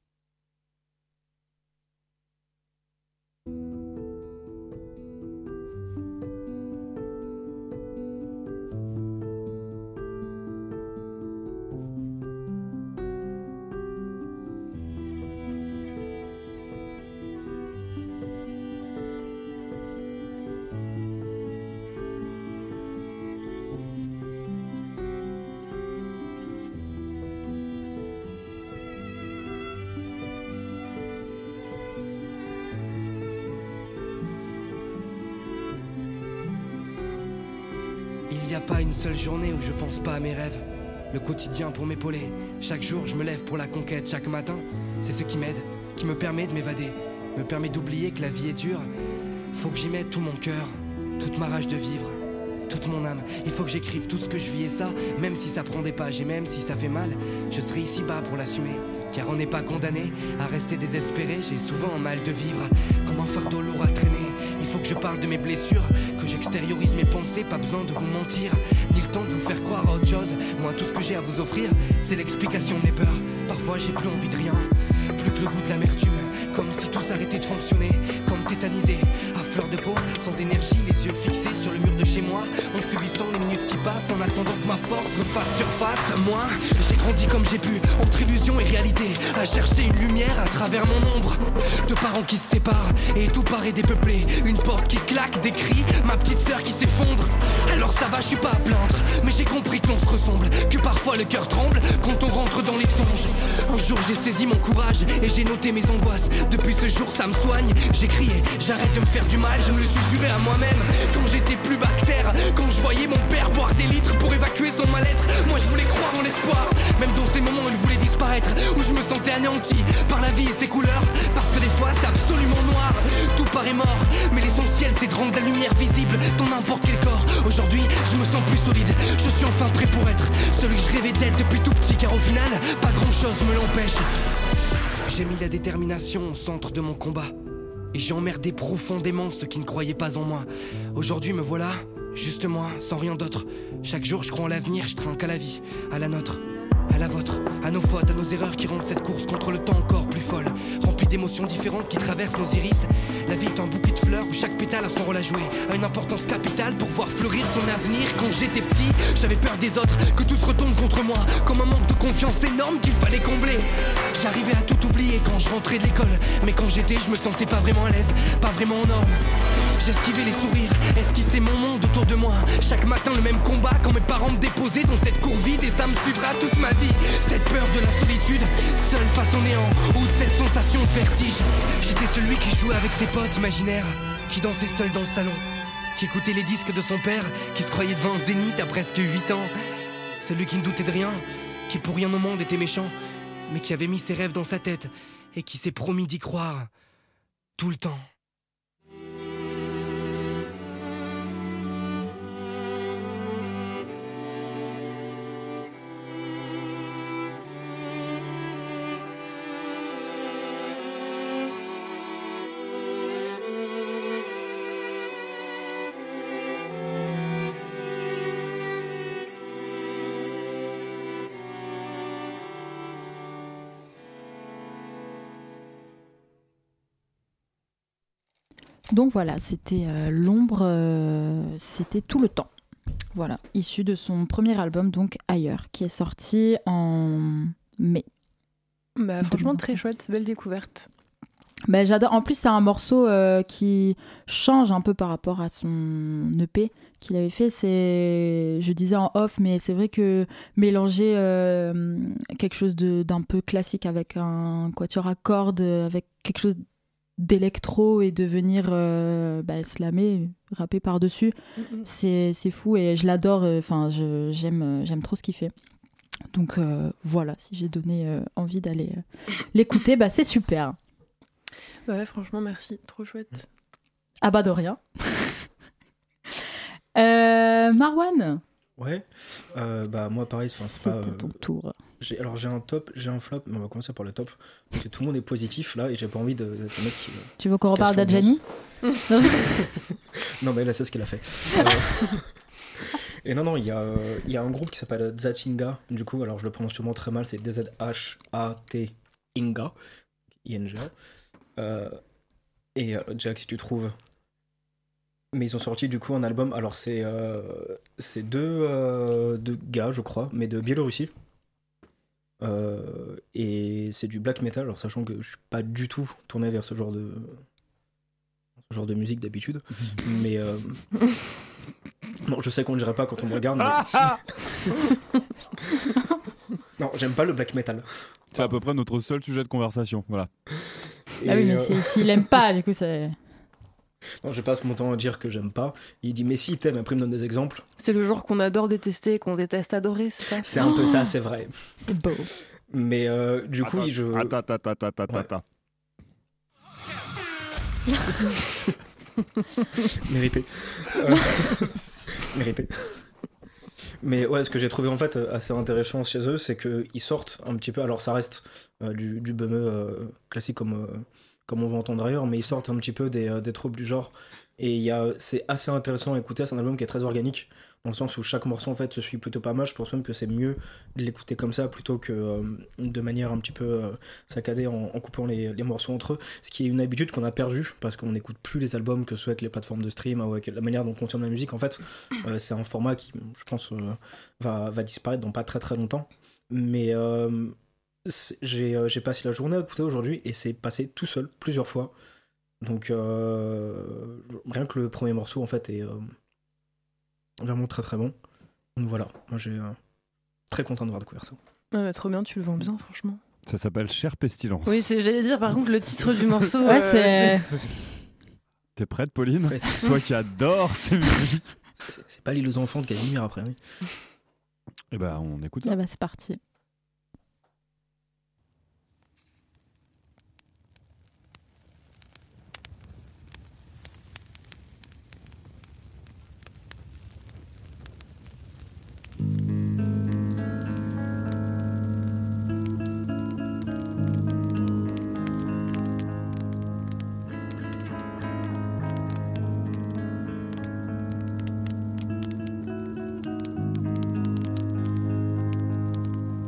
Il n'y a pas une seule journée où je pense pas à mes rêves. Le quotidien pour m'épauler. Chaque jour je me lève pour la conquête. Chaque matin, c'est ce qui m'aide, qui me permet de m'évader, me permet d'oublier que la vie est dure. Faut que j'y mette tout mon cœur, toute ma rage de vivre, toute mon âme. Il faut que j'écrive tout ce que je vis et ça, même si ça prend des pages et même si ça fait mal, je serai ici bas pour l'assumer. Car on n'est pas condamné à rester désespéré. J'ai souvent un mal de vivre, comme un fardeau lourd à traîner. Il faut que je parle de mes blessures, que j'extériorise mes pensées. Pas besoin de vous mentir, ni le temps de vous faire croire à autre chose. Moi tout ce que j'ai à vous offrir, c'est l'explication de mes peurs. Parfois j'ai plus envie de rien, plus que le goût de l'amertume. Comme si tout s'arrêtait de fonctionner, comme tétanisé, à fleur de peau, sans énergie, les yeux fixés sur le mur de chez moi, en subissant les minutes qui passent, en attendant que ma force refasse surface. Moi, j'ai grandi comme j'ai pu, entre illusion et réalité, à chercher une lumière à travers mon ombre. Deux parents qui se séparent, et tout paraît dépeuplé. Une porte qui claque, des cris, ma petite sœur qui s'effondre. Alors ça va, je suis pas à plaindre, mais j'ai compris que l'on se ressemble, que parfois le cœur tremble quand on rentre dans les songes. Un jour j'ai saisi mon courage, et j'ai noté mes angoisses. Depuis ce jour ça me soigne, j'ai crié, j'arrête de me faire du mal. Je me le suis juré à moi-même, quand j'étais plus bactère. Quand je voyais mon père boire des litres pour évacuer son mal-être. Moi je voulais croire en l'espoir, même dans ces moments où il voulait disparaître, où je me sentais anéanti par la vie et ses couleurs. Parce que des fois c'est absolument noir, tout paraît mort, mais l'essentiel c'est de rendre la lumière visible dans n'importe quel corps. Aujourd'hui je me sens plus solide, je suis enfin prêt pour être celui que je rêvais d'être depuis tout petit. Car au final, pas grand chose me l'empêche. J'ai mis la détermination au centre de mon combat, et j'ai emmerdé profondément ceux qui ne croyaient pas en moi. Aujourd'hui me voilà, juste moi, sans rien d'autre. Chaque jour je crois en l'avenir, je trinque à la vie, à la nôtre, à la vôtre, à nos fautes, à nos erreurs qui rendent cette course contre le temps encore plus folle. Remplie d'émotions différentes qui traversent nos iris. La vie est un bouquet de fleurs où chaque pétale a son rôle à jouer, a une importance capitale pour voir fleurir son avenir. Quand j'étais petit, j'avais peur des autres, que tout se retourne contre moi, comme un manque de confiance énorme qu'il fallait combler. J'arrivais à tout oublier quand je rentrais de l'école, mais quand j'étais, je me sentais pas vraiment à l'aise, pas vraiment en norme. J'esquivais les sourires, esquissais mon monde autour de moi. Chaque matin le même combat quand mes parents me déposaient dans cette cour vide, et ça me suivra toute ma vie. Cette peur de la solitude, seul face au néant, ou de cette sensation de vertige. J'étais celui qui jouait avec ses potes imaginaires, qui dansait seul dans le salon, qui écoutait les disques de son père, qui se croyait devant un zénith à presque huit ans. Celui qui ne doutait de rien, qui pour rien au monde était méchant, mais qui avait mis ses rêves dans sa tête et qui s'est promis d'y croire tout le temps. Donc voilà, c'était euh, l'ombre, euh, c'était tout le temps. Voilà, issu de son premier album, donc Ailleurs, qui est sorti en mai. Bah, franchement, très chouette, belle découverte. Ben, j'adore. En plus, c'est un morceau euh, qui change un peu par rapport à son E P qu'il avait fait. C'est, je disais en off, mais c'est vrai que mélanger euh, quelque chose de, d'un peu classique avec un quatuor à cordes, avec quelque chose d'électro et de venir euh, bah, slammer, rapper par-dessus, Mm-hmm. c'est, c'est fou et je l'adore. Enfin, je, j'aime, j'aime trop ce qu'il fait. Donc euh, voilà, si j'ai donné euh, envie d'aller euh, l'écouter, bah, c'est super. Ouais, franchement, merci. Trop chouette. Ah bah de rien. euh, Marwan, Ouais, euh, bah moi pareil, enfin, c'est c'est pas. à euh, ton tour. j'ai, alors j'ai un top, j'ai un flop, mais on va commencer par le top. Parce que tout le monde est positif là et j'ai pas envie de- d'être le mec qui. Tu veux qu'on Je reparle casse d'Adjani? Non, Non mais là c'est ce qu'elle a fait. Euh, Et non, non, il y, a, euh, il y a un groupe qui s'appelle Zatinga, du coup, alors je le prononce sûrement très mal, c'est D Z H A T Inga, I N G A. Euh, et euh, Jack, si tu trouves. Mais ils ont sorti du coup un album, alors c'est, euh, c'est deux, euh, deux gars, je crois, mais de Biélorussie. Euh, et c'est du black metal, alors sachant que je suis pas du tout tourné vers ce genre de, ce genre de musique d'habitude, mais. Euh, Non, je sais qu'on ne dirait pas quand on me regarde. Mais... non, j'aime pas le black metal. C'est à peu près notre seul sujet de conversation. Voilà. Et, Ah oui, mais euh, c'est- s'il aime pas, du coup, c'est. Non, je passe mon temps à dire que j'aime pas. Il dit, mais si t'aimes, après il me donne des exemples. C'est le genre qu'on adore détester et qu'on déteste adorer, c'est ça? C'est un peu ça, c'est vrai. C'est beau. Mais euh, du coup, Attends, je. Attends, attends, attends, attends, Ouais. attends. Mérité. Euh, Mérité. Mais ouais, ce que j'ai trouvé en fait assez intéressant chez eux, c'est qu'ils sortent un petit peu. Alors ça reste euh, du, du bumeux euh, classique comme, euh, comme on va entendre ailleurs, mais ils sortent un petit peu des, euh, des tropes du genre. Et il y a, c'est assez intéressant à écouter. C'est un album qui est très organique, dans le sens où chaque morceau en fait se suit plutôt pas mal. Je pense même que c'est mieux de l'écouter comme ça plutôt que euh, de manière un petit peu euh, saccadée en, en coupant les, les morceaux entre eux. Ce qui est une habitude qu'on a perdue parce qu'on n'écoute plus les albums, que ce soit avec les plateformes de stream ou avec la manière dont on consomme la musique. En fait, euh, c'est un format qui, je pense, euh, va, va disparaître dans pas très très longtemps. Mais euh, c'est- j'ai, euh, j'ai passé la journée à écouter aujourd'hui et c'est passé tout seul plusieurs fois. Donc euh, rien que le premier morceau en fait est euh, vraiment très très bon. Donc voilà, moi j'ai euh, très content d'avoir découvert ça. Ouais, bah, trop bien, tu le vends bien, franchement. Ça s'appelle Cher Pestilence. Oui, c'est, j'allais dire, par contre, le titre du morceau. Ouais, euh, c'est. T'es prête, Pauline? Ouais, c'est, Toi qui adores ces musiques. c'est- c'est pas l'île aux enfants de Casimir après. Hein. Eh ben, on écoute ça. Ah bah, c'est parti. Thank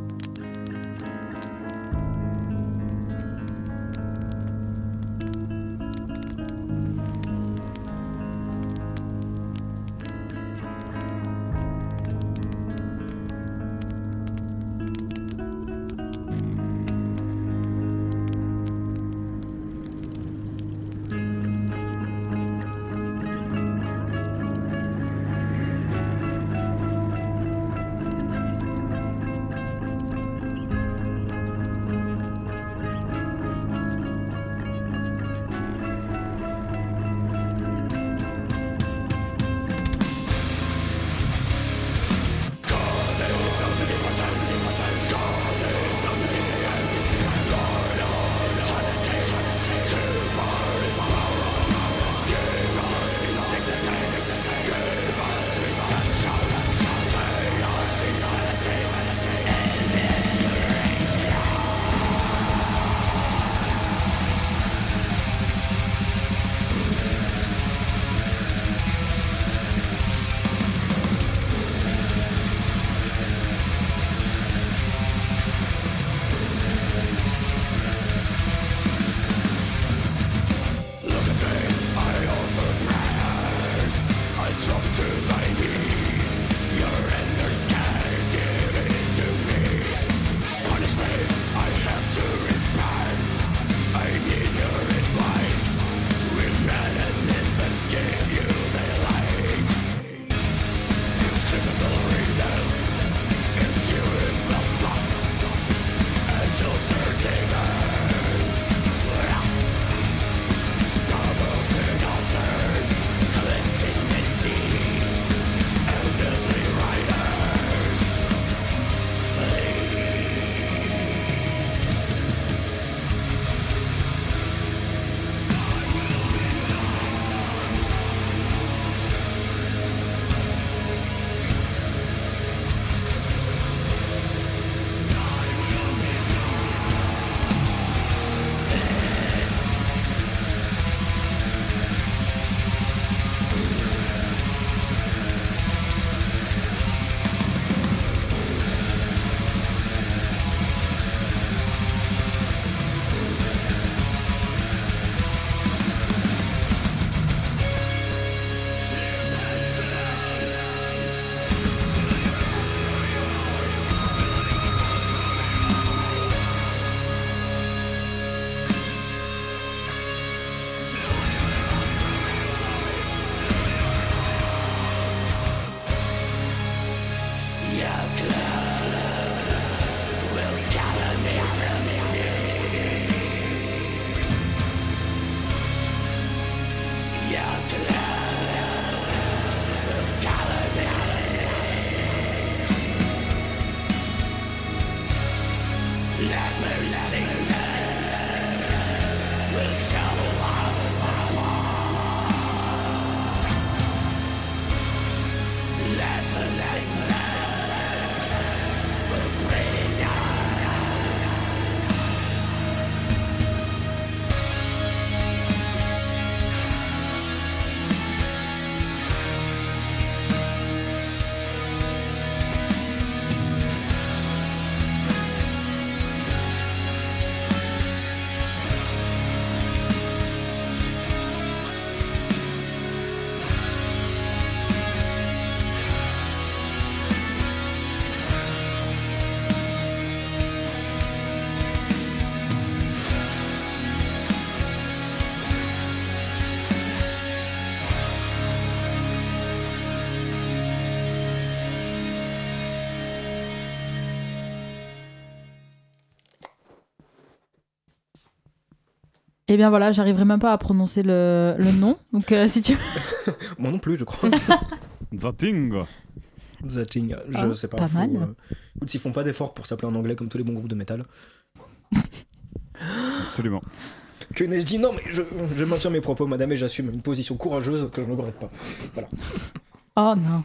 Eh bien voilà, j'arriverai même pas à prononcer le, le nom. Donc euh, si tu Moi non plus, je crois. Zating. Zating, je Ah, sais pas. pas faut, mal. euh, écoute, s'ils font pas d'efforts pour s'appeler en anglais comme tous les bons groupes de métal. Absolument. Que n'ai-je dit? Non, mais je, je maintiens mes propos, madame, et j'assume une position courageuse que je ne regrette pas. Voilà. Oh non.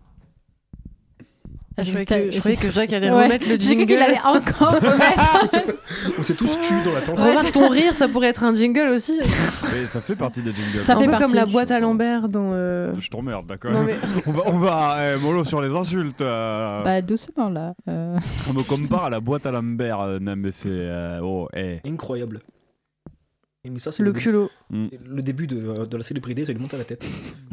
Je J'ai croyais ta- que, je croyais que Jacques allait Ouais, remettre le j'ai cru jingle. qu'il allait encore remettre. On s'est tous tués dans la tente. Remarque, ton rire, ça pourrait être un jingle aussi. Et ça fait partie des jingles. Ça un fait peu partie. comme la boîte à Lambert dans. euh, Je t'emmerde, d'accord. Non, mais- On va, on va eh, mollo sur les insultes. euh. Bah doucement là. Euh, On me compare à la boîte à Lambert. euh, non, mais c'est. euh, oh, eh. Incroyable. Et mais ça, c'est Le le, culot. Mm. c'est le début de, de la célébrité, ça lui monte à la tête.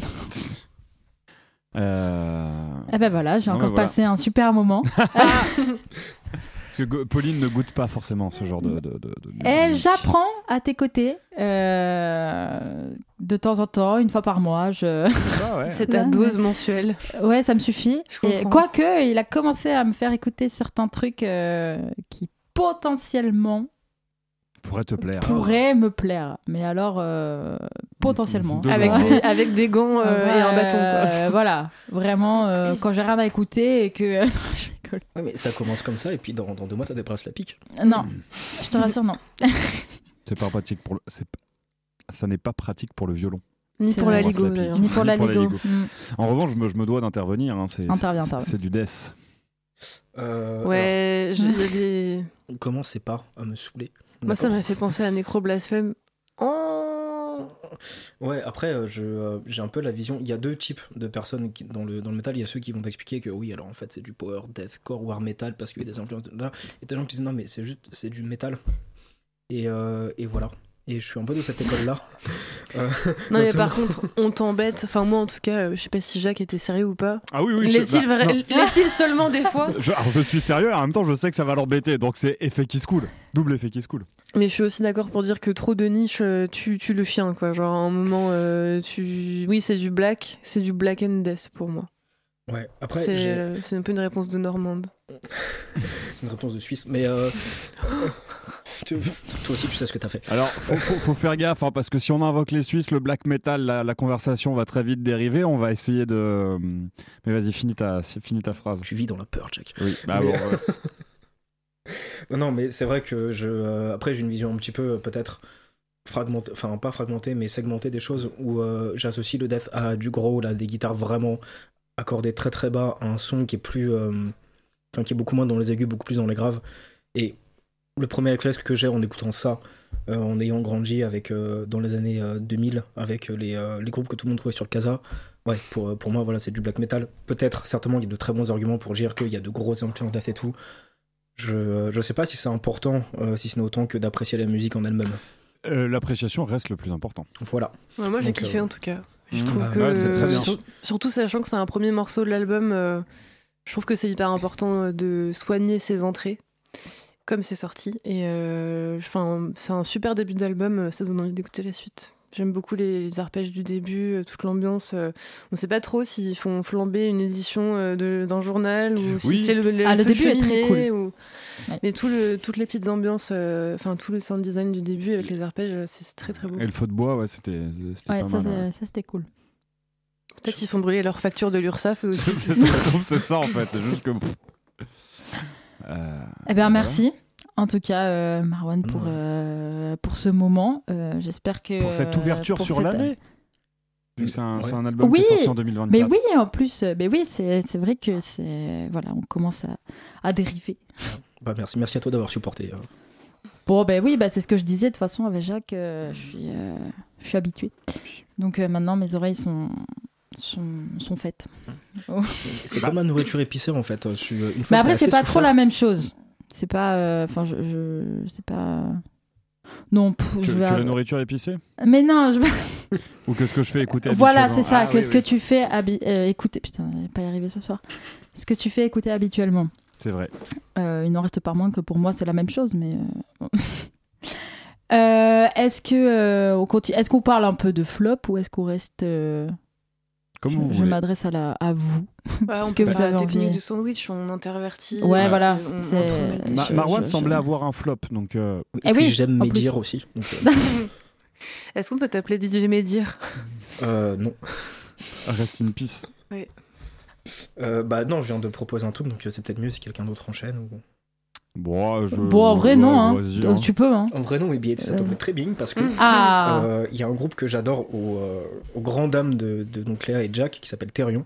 Euh... Eh ben voilà, j'ai Non, encore mais voilà. passé un super moment. Parce que Go- Pauline ne goûte pas forcément ce genre de. de, de, de Et musique. j'apprends à tes côtés euh, de temps en temps, une fois par mois. Je... C'est ça, ouais. C'est ta Ouais, dose ouais. mensuelle. Ouais, ça me suffit. Je Et comprends. quoique, il a commencé à me faire écouter certains trucs euh, qui potentiellement Pourrait te plaire. pourraient me plaire. Mais alors, euh, potentiellement. Devant. Avec Devant. des, avec des gants euh, et un bâton, quoi. Euh, voilà, vraiment, euh, quand j'ai rien à écouter et que. Je rigole. Ouais, mais ça commence comme ça, et puis dans, dans deux mois, t'as des brasses la pique. Non, je te rassure, non. C'est pas pratique pour le. c'est pas- Ça n'est pas pratique pour le violon. Ni C'est pour la vrai. Ligo, Ni d'ailleurs. Ni pour Ni la pour la Ligo. Ligo. Mm. En revanche, je me, je me dois d'intervenir. Hein, c'est, Interviens, c'est, interviens. c'est du death. Euh, Ouais, j'ai- il y a des. alors, commencez pas à me saouler. Moi, ça D'accord. m'a fait penser à Nécroblasphème. Oh Ouais, après, euh, je, euh, j'ai un peu la vision. Il y a deux types de personnes qui- dans, le, dans le métal. Il y a ceux qui vont t'expliquer que oui, alors en fait, c'est du power, deathcore, war metal parce qu'il y a des influences de là. Et t'as des gens qui disent non, mais c'est juste, c'est du métal. Et, euh, et voilà. Et je suis un peu de cette école-là. Euh, Non, mais notamment- par contre, on t'embête. Enfin, moi, en tout cas, euh, je sais pas si Jacques était sérieux ou pas. Ah oui, oui. je- L'est-il bah, vra- non. l'est-il seulement des fois Je, alors, je suis sérieux et en même temps, je sais que ça va l'embêter. Donc, c'est effet qui se coule. Double effet qui se coule. Mais je suis aussi d'accord pour dire que trop de niche, euh, tu tues le chien, quoi. Genre, à un moment, euh, tu. Oui, c'est du black. C'est du black and death pour moi. Ouais, après, C'est j'ai- euh, c'est un peu une réponse de Normande. c'est une réponse de Suisse. Mais euh, tu- toi aussi, tu sais ce que t'as fait. Alors, faut, faut, faut faire gaffe, hein, parce que si on invoque les Suisses, le black metal, la, la conversation va très vite dériver. On va essayer de. Mais vas-y, finis ta, finis ta phrase. Tu vis dans la peur, Jack. Oui, bah Mais- bon, ouais. Non, non, mais c'est vrai que je. euh, après, j'ai une vision un petit peu, euh, peut-être, fragmentée, enfin, pas fragmentée, mais segmentée des choses où euh, j'associe le death à du gros, là, des guitares vraiment accordées très très bas, un son qui est plus. euh, Enfin, qui est beaucoup moins dans les aigus, beaucoup plus dans les graves. Et le premier réflexe que j'ai en écoutant ça, euh, en ayant grandi avec, euh, dans les années euh, deux mille, avec les, euh, les groupes que tout le monde trouvait sur le Casa, ouais, pour, pour moi, voilà, c'est du black metal. Peut-être, certainement, il y a de très bons arguments pour dire qu'il y a de grosses influences death et tout. Je, je sais pas si c'est important, euh, si ce n'est autant que d'apprécier la musique en elle-même. Euh, l'appréciation reste le plus important. Voilà. Ouais, moi, j'ai Donc, kiffé euh, en tout cas. Je Mmh, trouve bah, que. ouais, c'était très bien. sur- surtout sachant que c'est un premier morceau de l'album, euh, je trouve que c'est hyper important euh, de soigner ses entrées, comme c'est sorti. Et euh, enfin, c'est un super début d'album, euh, ça donne envie d'écouter la suite. J'aime beaucoup les, les arpèges du début, euh, toute l'ambiance. euh, on sait pas trop s'ils font flamber une édition euh, de- d'un journal ou Oui. si c'est le, le Ah, le feu de début est très cheminée cool. ou- Ouais. Mais tout le, toutes les petites ambiances, euh, enfin tout le sound design du début avec les arpèges, euh, c'est c'est très très beau. Et le feu de bois, ouais, c'était, c'était Ouais, pas ça, mal. c'est- ouais. ça, c'était cool. Peut-être qu'ils font brûler leur facture de l'URSSAF eux aussi. c'est, ça, je trouve, c'est ça en fait. C'est juste que. Euh, Eh bien, voilà. merci. En tout cas, euh, Marwan, pour, Ouais. euh, pour ce moment. Euh, j'espère que. Pour cette ouverture euh, pour sur cette- l'année. Vu que c'est un, Ouais. c'est un album Oui, qui est sorti en deux mille vingt-quatre. Mais oui, en plus, euh, mais oui, c'est c'est vrai que c'est. Voilà, on commence à, à dériver. Bah, merci. Merci à toi d'avoir supporté. euh. Bon, ben oui, bah, c'est ce que je disais. De toute façon, avec Jacques, euh, je suis, euh, je suis habituée. Donc euh, maintenant, mes oreilles sont, sont, sont faites. C'est comme la nourriture épicée en fait. Je- Une fois Mais que après, t'as c'est assez pas trop souffert- la même chose. C'est pas. Enfin, je, je. C'est pas. Non, pff, Que, je que vais. la nourriture épicée. Mais non, je. Ou que ce que je fais écouter Voilà, habituellement. c'est ça, Ah, que oui, ce oui. que tu fais habi- euh, écouter. Putain, je vais pas y arriver ce soir. Ce que tu fais écouter habituellement. C'est vrai. Euh, il n'en reste pas moins que pour moi, c'est la même chose, mais. euh, euh, est-ce que euh, on continue... est-ce qu'on parle un peu de flop ou est-ce qu'on reste euh, Comme je, vous je voulez. m'adresse à, la... à vous. Ouais, Est-ce on que peut vous faire avez la technique envie du sandwich, on intervertit. Ouais, euh, voilà, on- on c'est- entremêle. Ma- je- Marwan je- semblait je- avoir un flop, donc. euh, Et Eh puis oui, j'aime en mes plus. dire aussi. donc, euh, Est-ce qu'on peut t'appeler D J Médir? Euh, non. Rest in peace. Oui. Euh, bah non, je viens de proposer un truc, donc euh, c'est peut-être mieux si quelqu'un d'autre enchaîne. Ou... Bon, je... Bon, en vrai, ouais, non. Hein. vas-y, hein. Tu peux. Hein. En vrai, non, mais bien, ça tombe très bien parce que Ah. euh, il y a un groupe que j'adore aux, euh, aux grandes dames de, de donc Léa et Jack qui s'appelle Therion.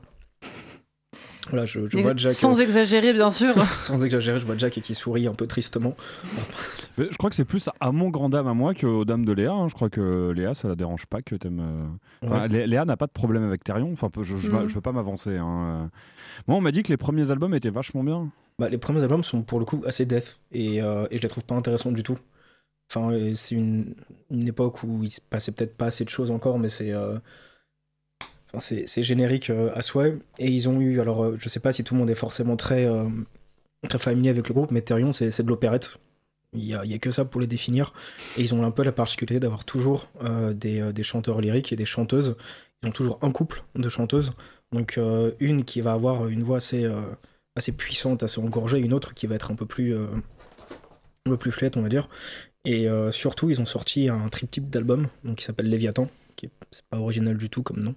Voilà, je, je vois Jack. Sans euh, exagérer, bien sûr. sans exagérer, je vois Jack qui sourit un peu tristement. Mais je crois que c'est plus à mon grand dame à moi qu'aux dames de Léa. hein. Je crois que Léa, ça la dérange pas que t'aimes. euh, Enfin, Ouais. Lé- Léa n'a pas de problème avec Therion. Enfin, je, je, Mhm. je veux pas m'avancer. Hein. Moi, on m'a dit que les premiers albums étaient vachement bien. Bah, les premiers albums sont pour le coup assez death et, euh, et je les trouve pas intéressants du tout. Enfin, euh, c'est une, une époque où il se passait peut-être pas assez de choses encore, mais c'est euh, enfin, c'est, c'est générique euh, à souhait. Et ils ont eu, alors euh, je sais pas si tout le monde est forcément très, euh, très familier avec le groupe, mais Therion c'est, c'est de l'opérette. Il y a, il y a que ça pour les définir. Et ils ont un peu la particularité d'avoir toujours euh, des, euh, des chanteurs lyriques et des chanteuses. Ils ont toujours un couple de chanteuses. Donc euh, une qui va avoir une voix assez, euh, assez puissante, assez engorgée, une autre qui va être un peu plus, euh, un peu plus fluette, on va dire. Et euh, surtout, ils ont sorti un triptyque d'albums donc, qui s'appelle Léviathan, qui est, c'est pas original du tout comme nom.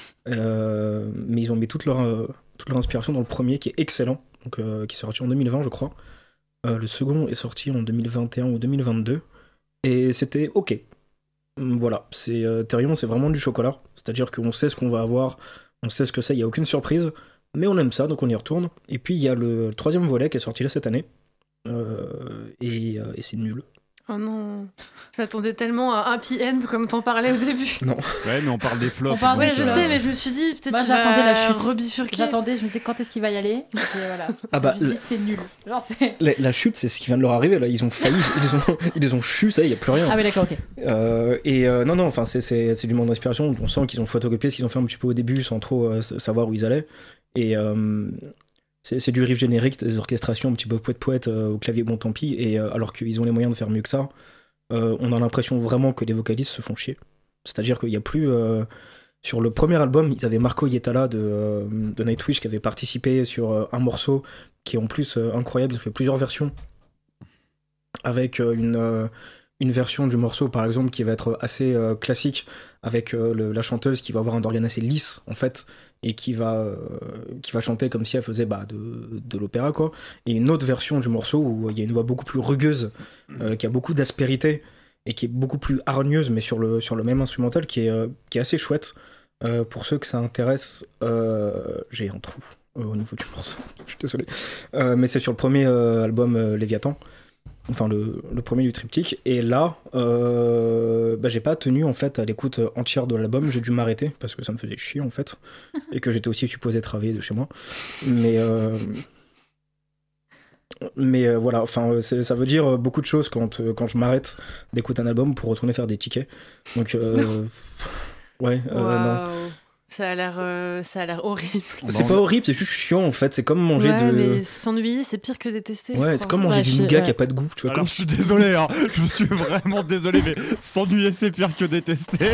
Euh, mais ils ont mis toute leur, euh, toute leur inspiration dans le premier, qui est excellent, donc, euh, qui est sorti en deux mille vingt, je crois. Euh, le second est sorti en deux mille vingt et un ou deux mille vingt-deux, et c'était ok. Voilà, c'est, euh, Therion, c'est vraiment du chocolat, c'est-à-dire qu'on sait ce qu'on va avoir, on sait ce que c'est, il n'y a aucune surprise, mais on aime ça, donc on y retourne. Et puis il y a le troisième volet qui est sorti là cette année, euh, et, euh, et c'est nul. Oh non. Je m'attendais tellement à un happy end comme t'en parlais au début. Non. Ouais, mais on parle des flops. On parle- Ouais, donc, je euh, sais, mais je me suis dit, peut-être Moi, qu'il j'attendais va la chute. rebifurquer. J'attendais, je me disais quand est-ce qu'il va y aller. Et puis voilà. Ah bah, je me le- dis c'est nul. Genre c'est. La, la chute, c'est ce qui vient de leur arriver, là, ils ont failli, ils ont, ils ont chu, ça, il n'y a plus rien. Ah oui d'accord ok. Euh, et euh, non, non, enfin, c'est, c'est, c'est du manque d'inspiration. On sent qu'ils ont photocopié ce qu'ils ont fait un petit peu au début sans trop euh, savoir où ils allaient. Et euh, c'est, c'est du riff générique, des orchestrations un petit peu poète-poète euh, au clavier, bon tant pis. Et euh, alors qu'ils ont les moyens de faire mieux que ça, euh, on a l'impression vraiment que les vocalistes se font chier. C'est-à-dire qu'il n'y a plus. Euh, sur le premier album, ils avaient Marco Yetala de, euh, de Nightwish qui avait participé sur euh, un morceau qui est en plus euh, incroyable. Ils ont fait plusieurs versions avec euh, une. Euh, une version du morceau par exemple qui va être assez euh, classique avec euh, le, la chanteuse qui va avoir un organe assez lisse en fait et qui va, euh, qui va chanter comme si elle faisait bah, de, de l'opéra quoi, et une autre version du morceau où il y a une voix beaucoup plus rugueuse euh, qui a beaucoup d'aspérité et qui est beaucoup plus hargneuse mais sur le, sur le même instrumental qui est, euh, qui est assez chouette. Euh, pour ceux que ça intéresse, euh, j'ai un trou euh, au niveau du morceau, je suis désolé, euh, mais c'est sur le premier euh, album euh, Léviathan. Enfin, le, le premier du triptyque. Et là, euh, bah, j'ai pas tenu en fait à l'écoute entière de l'album. J'ai dû m'arrêter parce que ça me faisait chier en fait. Et que j'étais aussi supposé travailler de chez moi. Mais, euh, mais euh, voilà, enfin, c'est, ça veut dire beaucoup de choses quand, quand je m'arrête d'écouter un album pour retourner faire des tickets. Donc, euh, ouais, euh, non. Waouh. Ça a l'air, euh, ça a l'air horrible. C'est pas horrible, c'est juste chiant en fait. C'est comme manger ouais, de. mais s'ennuyer, c'est pire que détester. Ouais, je c'est crois. comme manger Ouais, du je- nougat ouais. qui a pas de goût. Tu vois, Alors, comme je suis désolé, hein. Je suis vraiment désolé, mais s'ennuyer, c'est pire que détester.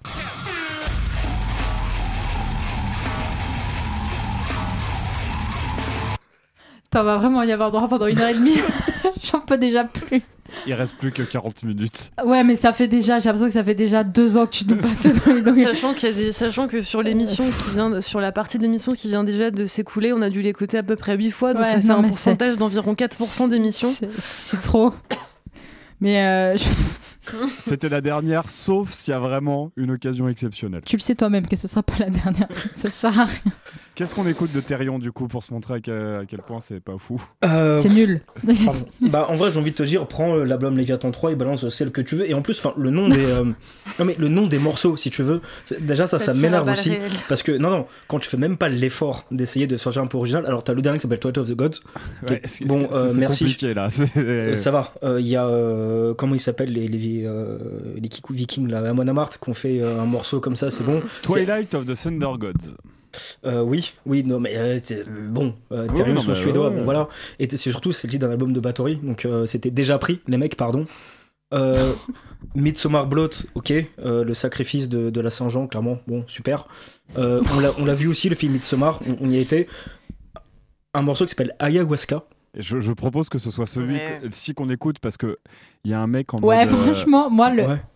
T'en va vraiment y avoir droit pendant une heure et demie. J'en peux déjà plus. Il reste plus que quarante minutes. Ouais mais ça fait déjà, j'ai l'impression que ça fait déjà deux ans que tu nous passes dans les- dans les- Sachant, qu'il y a des, sachant que sur l'émission qui vient, de- sur la partie de l'émission qui vient déjà de s'écouler, on a dû l'écouter à peu près huit fois, donc Ouais, ça fait non, un mais pourcentage d'environ quatre pour cent d'émissions. C'est, c'est trop. Mais euh, je- C'était la dernière, sauf s'il y a vraiment une occasion exceptionnelle. tu le sais toi-même que ce sera pas la dernière. Ça sert à rien. Qu'est-ce qu'on écoute de Therion du coup pour se montrer à quel, à quel point c'est pas fou? Euh, C'est nul. Pardon. Bah en vrai j'ai envie de te dire prends euh, l'album Léviathan trois et balance celle que tu veux et en plus enfin le nom des euh, non mais le nom des morceaux si tu veux c'est- déjà ça ça, tire à m'énerve balles aussi réelles. parce que non non quand tu fais même pas l'effort d'essayer de sortir un peu original alors t'as le dernier qui s'appelle Twilight of the Gods Ouais, c'est- bon, c'est- euh, c'est merci. compliqué là. c'est- Euh, ça va il y a euh, comment ils s'appellent les les, euh, les Kikou Vikings là Amon Amarth qu'on fait euh, un morceau comme ça c'est bon. Twilight of the Thunder Gods. Euh, oui, oui, non, mais euh, c'est, euh, bon, euh, Oui, Therion non, sont bah, suédois, ouais. bon voilà. Et c'est surtout, c'est le titre d'un album de Bathory, donc euh, c'était déjà pris, les mecs, pardon. Euh, Midsommar Blot, ok, euh, le sacrifice de, de la Saint-Jean, clairement, bon, super. Euh, on, l'a, on l'a vu aussi, le film Midsommar, on, on y a été. Un morceau qui s'appelle Ayahuasca. Et je, je propose que ce soit celui Ouais. que- ci qu'on écoute parce que il y a un mec en Ouais mode. euh, franchement moi le Ouais.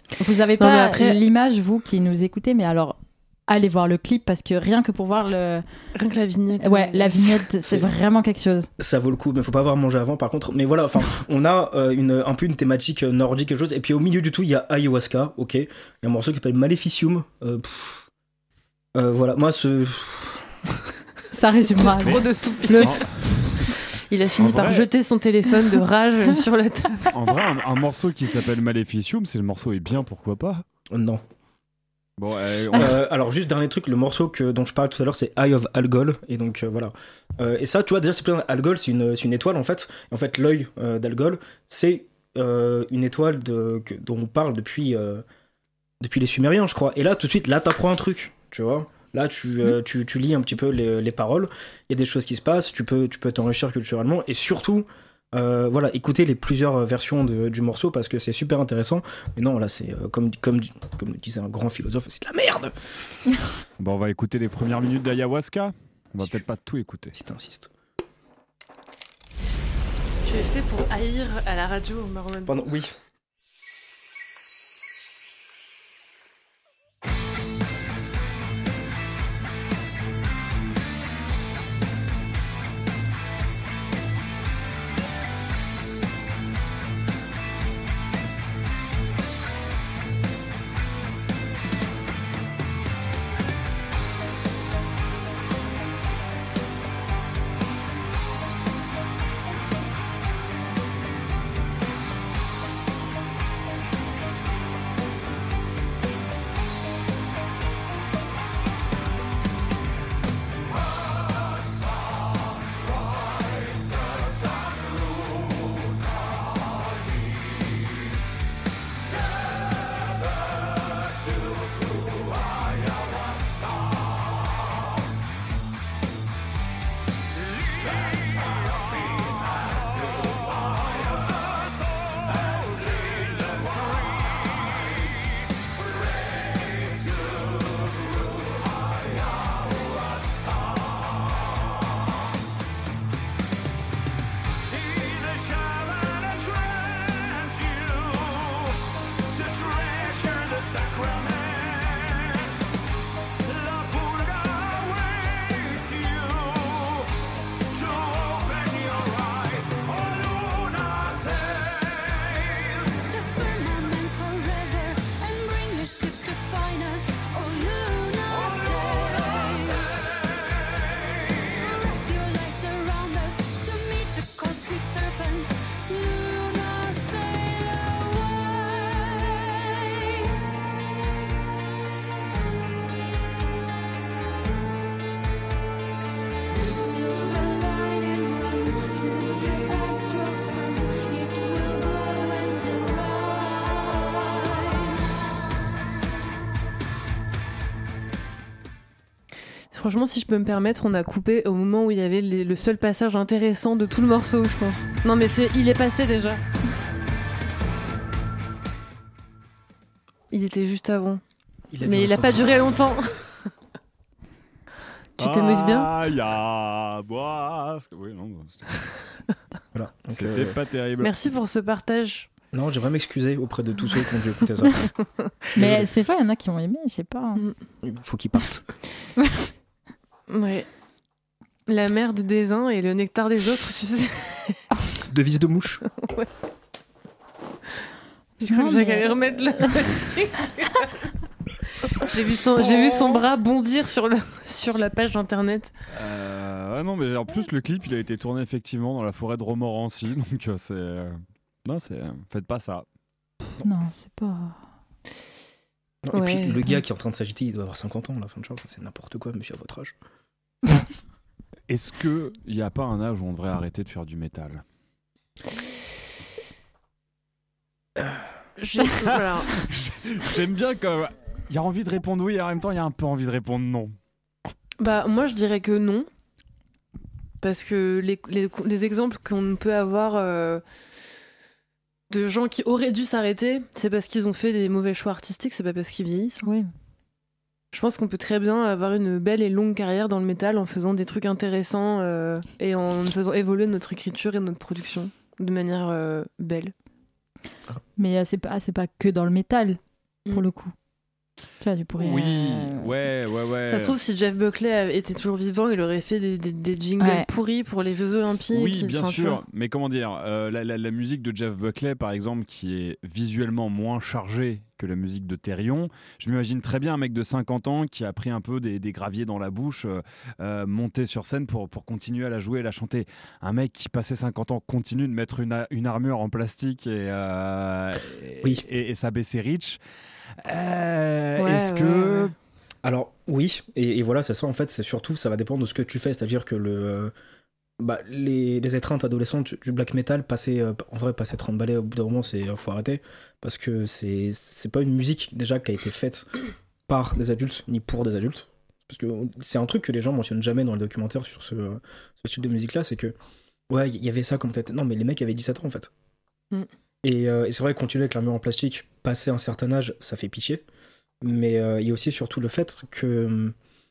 Vous avez Non, mais pas après- l'image, vous qui nous écoutez, mais alors allez voir le clip parce que rien que pour voir le. Rien que la vignette. Ouais, euh, la vignette, c'est C'est- vraiment quelque chose. Ça vaut le coup, mais faut pas avoir mangé avant par contre. Mais voilà, enfin, on a euh, une, un peu une thématique euh, nordique, quelque chose. Et puis au milieu du tout, il y a Ayahuasca, ok. Il y a un morceau qui s'appelle Maleficium. Euh, pff. Euh, voilà, moi, ce. Ça résumera. Trop de soupir. Le- Il a fini En par vrai- jeter son téléphone de rage sur la table. En vrai, un, un morceau qui s'appelle Maleficium, si le morceau est bien, pourquoi pas. Non. Bon, euh, on- Euh, alors juste dernier truc, le morceau que, dont je parlais tout à l'heure, c'est Eye of Algol, et donc euh, voilà. Euh, et ça, tu vois, déjà c'est plein. Algol, c'est une, c'est une étoile en fait. Et en fait, l'œil euh, d'Algol, c'est euh, une étoile de, que- dont on parle depuis euh, depuis les Sumériens, je crois. Et là, tout de suite, là, t'apprends un truc, tu vois. Là, tu, euh, tu, tu lis un petit peu les, les paroles. Il y a des choses qui se passent. Tu peux tu peux t'enrichir culturellement, et surtout. Euh, voilà, écoutez les plusieurs versions de- du morceau parce que c'est super intéressant. Mais non, là, c'est euh, comme, comme, comme le disait un grand philosophe, c'est de la merde. bon, on va écouter les premières minutes d'Ayahuasca. On va Si peut-être tu- pas tout écouter. Si t'insistes. Tu es fait pour haïr à la radio, Marwan. Pardon, oui. Franchement, si je peux me permettre, on a coupé au moment où il y avait les- le seul passage intéressant de tout le morceau, je pense. Non, mais c'est, il est passé déjà. Il était juste avant. Il a Mais duré il a cinq pas ans. duré longtemps. Tu t'amuses bien? Ah, ya, bois. Oui, non, c'était- Voilà. Donc, c'était euh, pas terrible. Merci pour ce partage. Non, j'aimerais m'excuser auprès de tous ceux qui ont dû écouter ça. Mais c'est vrai, il y en a qui ont aimé, je sais pas. hein. Il faut qu'ils partent. Ouais. La merde des uns et le nectar des autres, tu sais. Devise de mouche. Je crois Non, que Jacques mais- allait remettre le. J'ai vu son, j'ai vu son bras bondir sur le, sur la page internet. Euh, ah non, mais en plus, le clip, il a été tourné effectivement dans la forêt de Romorancy. Donc, euh, c'est. euh, Non, c'est. Faites pas ça. Non, c'est pas. Non, Et Ouais. puis le gars qui est en train de s'agiter, il doit avoir cinquante ans à la fin de chambre. C'est n'importe quoi, monsieur, à votre âge. Est-ce qu'il n'y a pas un âge où on devrait arrêter de faire du métal? J'ai- voilà. J'aime bien quand. Il y a envie de répondre oui et en même temps, il y a un peu envie de répondre non. Bah, moi, je dirais que non. Parce que les, les, les exemples qu'on peut avoir euh, de gens qui auraient dû s'arrêter, c'est parce qu'ils ont fait des mauvais choix artistiques, c'est pas parce qu'ils vieillissent. Oui. Je pense qu'on peut très bien avoir une belle et longue carrière dans le métal en faisant des trucs intéressants euh, et en faisant évoluer notre écriture et notre production de manière euh, belle. Mais euh, c'est pas, c'est pas que dans le métal. pour le coup. Tu vois, tu pourrais. Oui, euh, ouais, ouais, ouais. Ça se trouve, si Jeff Buckley avait- était toujours vivant, il aurait fait des, des, des jingles Ouais. pourris pour les Jeux Olympiques. Oui, qui- bien enfin, tu sûr. vois. Mais comment dire, euh, la, la- la musique de Jeff Buckley, par exemple, qui est visuellement moins chargée que la musique de Thérion, je m'imagine très bien un mec de cinquante ans qui a pris un peu des, des graviers dans la bouche, euh, euh, monté sur scène pour, pour continuer à la jouer et la chanter. Un mec qui, passé cinquante ans, continue de mettre une, a- une armure en plastique et, euh, et, Oui. et, et s'abaisser rich. Euh, Ouais, Est-ce ouais, que... ouais. Alors oui, et, et voilà, c'est ça en fait, c'est surtout, ça va dépendre de ce que tu fais, c'est-à-dire que le, euh, bah, les, les étreintes adolescentes du black metal, passer, euh, en vrai, passer trente balais au bout d'un moment, c'est euh, faut arrêter, parce que c'est, c'est pas une musique déjà qui a été faite par des adultes, ni pour des adultes, parce que c'est un truc que les gens mentionnent jamais dans le documentaire sur ce, euh, ce style de musique-là, c'est que, ouais, il y avait ça comme tête, non mais les mecs avaient dix-sept ans en fait. Mm. Et, euh, et c'est vrai, continuer avec l'armure en plastique, passer un certain âge, ça fait pitié. Mais euh, il y a aussi surtout le fait que, hum,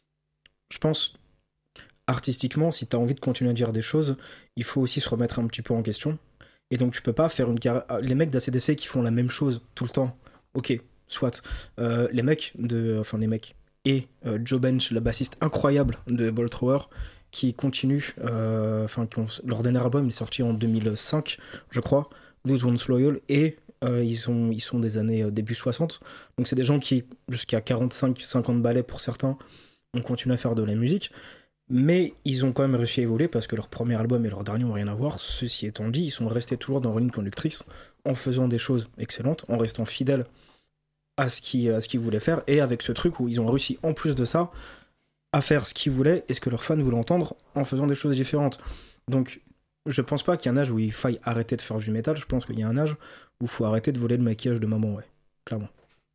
je pense, artistiquement, si tu as envie de continuer à dire des choses, il faut aussi se remettre un petit peu en question. Et donc tu peux pas faire une carrière... Les mecs d'A C D C qui font la même chose tout le temps, ok, soit. Euh, les mecs de... Enfin, les mecs. Et euh, Joe Bench, la bassiste incroyable de Ball Thrower, qui continue... euh, Enfin, qui ont... leur dernier album est sorti en deux mille cinq, je crois, Those Ones Loyal, et... Euh, ils, sont, ils sont des années euh, début soixante, donc c'est des gens qui, jusqu'à quarante-cinq cinquante ballets pour certains, ont continué à faire de la musique, mais ils ont quand même réussi à évoluer parce que leur premier album et leur dernier n'ont rien à voir. Ceci étant dit, ils sont restés toujours dans leur ligne conductrice en faisant des choses excellentes, en restant fidèles à ce qu'ils, à ce qu'ils voulaient faire, et avec ce truc où ils ont réussi en plus de ça à faire ce qu'ils voulaient et ce que leurs fans voulaient entendre en faisant des choses différentes. Donc je pense pas qu'il y ait un âge où il faille arrêter de faire du métal, je pense qu'il y a un âge où il faut arrêter de voler le maquillage de maman, ouais, clairement.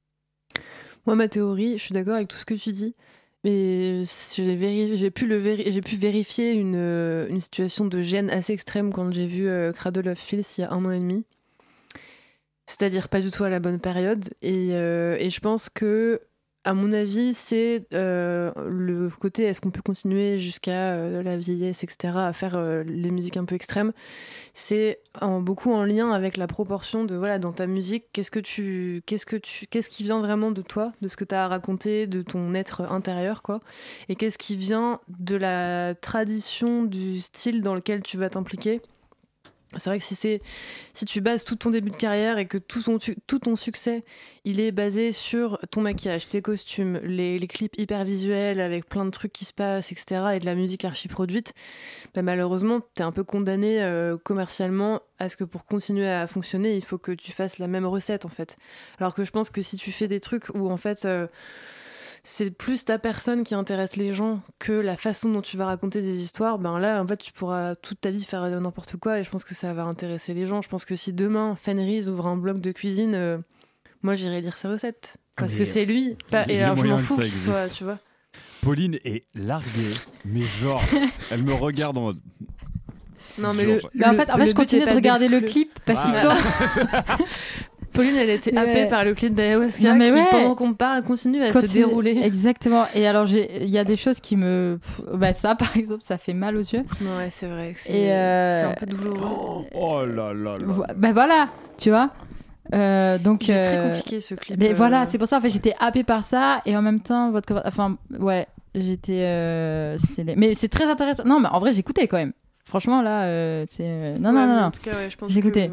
Moi, ma théorie, je suis d'accord avec tout ce que tu dis, mais j'ai, véri- j'ai, pu, le véri- j'ai pu vérifier une, euh, une situation de gêne assez extrême quand j'ai vu euh, Cradle of Filth il y a un an et demi. C'est-à-dire pas du tout à la bonne période. Et, euh, et je pense que, à mon avis, c'est euh, le côté est-ce qu'on peut continuer jusqu'à euh, la vieillesse, et cetera, à faire euh, les musiques un peu extrêmes. C'est en, beaucoup en lien avec la proportion de, voilà, dans ta musique, qu'est-ce que tu, qu'est-ce que tu, qu'est-ce qui vient vraiment de toi, de ce que tu as à raconter, de ton être intérieur, quoi. Et qu'est-ce qui vient de la tradition du style dans lequel tu vas t'impliquer. C'est vrai que si, c'est, si tu bases tout ton début de carrière et que tout, son, tout ton succès, il est basé sur ton maquillage, tes costumes, les, les clips hyper visuels avec plein de trucs qui se passent, et cetera, et de la musique archi-produite, bah malheureusement, t'es un peu condamné euh, commercialement à ce que pour continuer à fonctionner, il faut que tu fasses la même recette, en fait. Alors que je pense que si tu fais des trucs où, en fait... Euh, c'est plus ta personne qui intéresse les gens que la façon dont tu vas raconter des histoires, ben là, en fait, tu pourras toute ta vie faire n'importe quoi et je pense que ça va intéresser les gens. Je pense que si demain, Fenris ouvre un blog de cuisine, euh, moi, j'irai lire ses recettes. Parce Mais que c'est lui. Pas, il y et a alors, je moyen m'en que fous ça qu'il soit, existe. tu vois. Pauline est larguée, mais genre, elle me regarde en mode... Non, mais Genre, le, Mais en le- fait, en le fait je but continue est de pas regarder le d'exclure. clip parce qu'il Ah. tourne. Pauline, elle était Ouais. happée par le clip d'ayahuasca Non, mais qui, ouais. pendant qu'on parle, continue à se Continue- dérouler. Exactement. Et alors, j'ai- il y a des choses qui me. Bah, ça, par exemple, ça fait mal aux yeux. Non, ouais, c'est vrai que c'est, Et euh, c'est un peu douloureux. Oh là là là. vo- Bah voilà, tu vois. Euh, donc. Il est très euh, compliqué, ce clip. Mais euh, voilà, c'est pour ça, en fait, j'étais happée par ça et en même temps, votre. conver- Enfin, ouais, j'étais. euh, c'était les- Mais c'est très intéressant. Non, mais en vrai, j'écoutais quand même. Franchement, là, euh, c'est. euh, Non, ouais, non, mais non, En non. tout cas, ouais, je pense J'écoutais. que...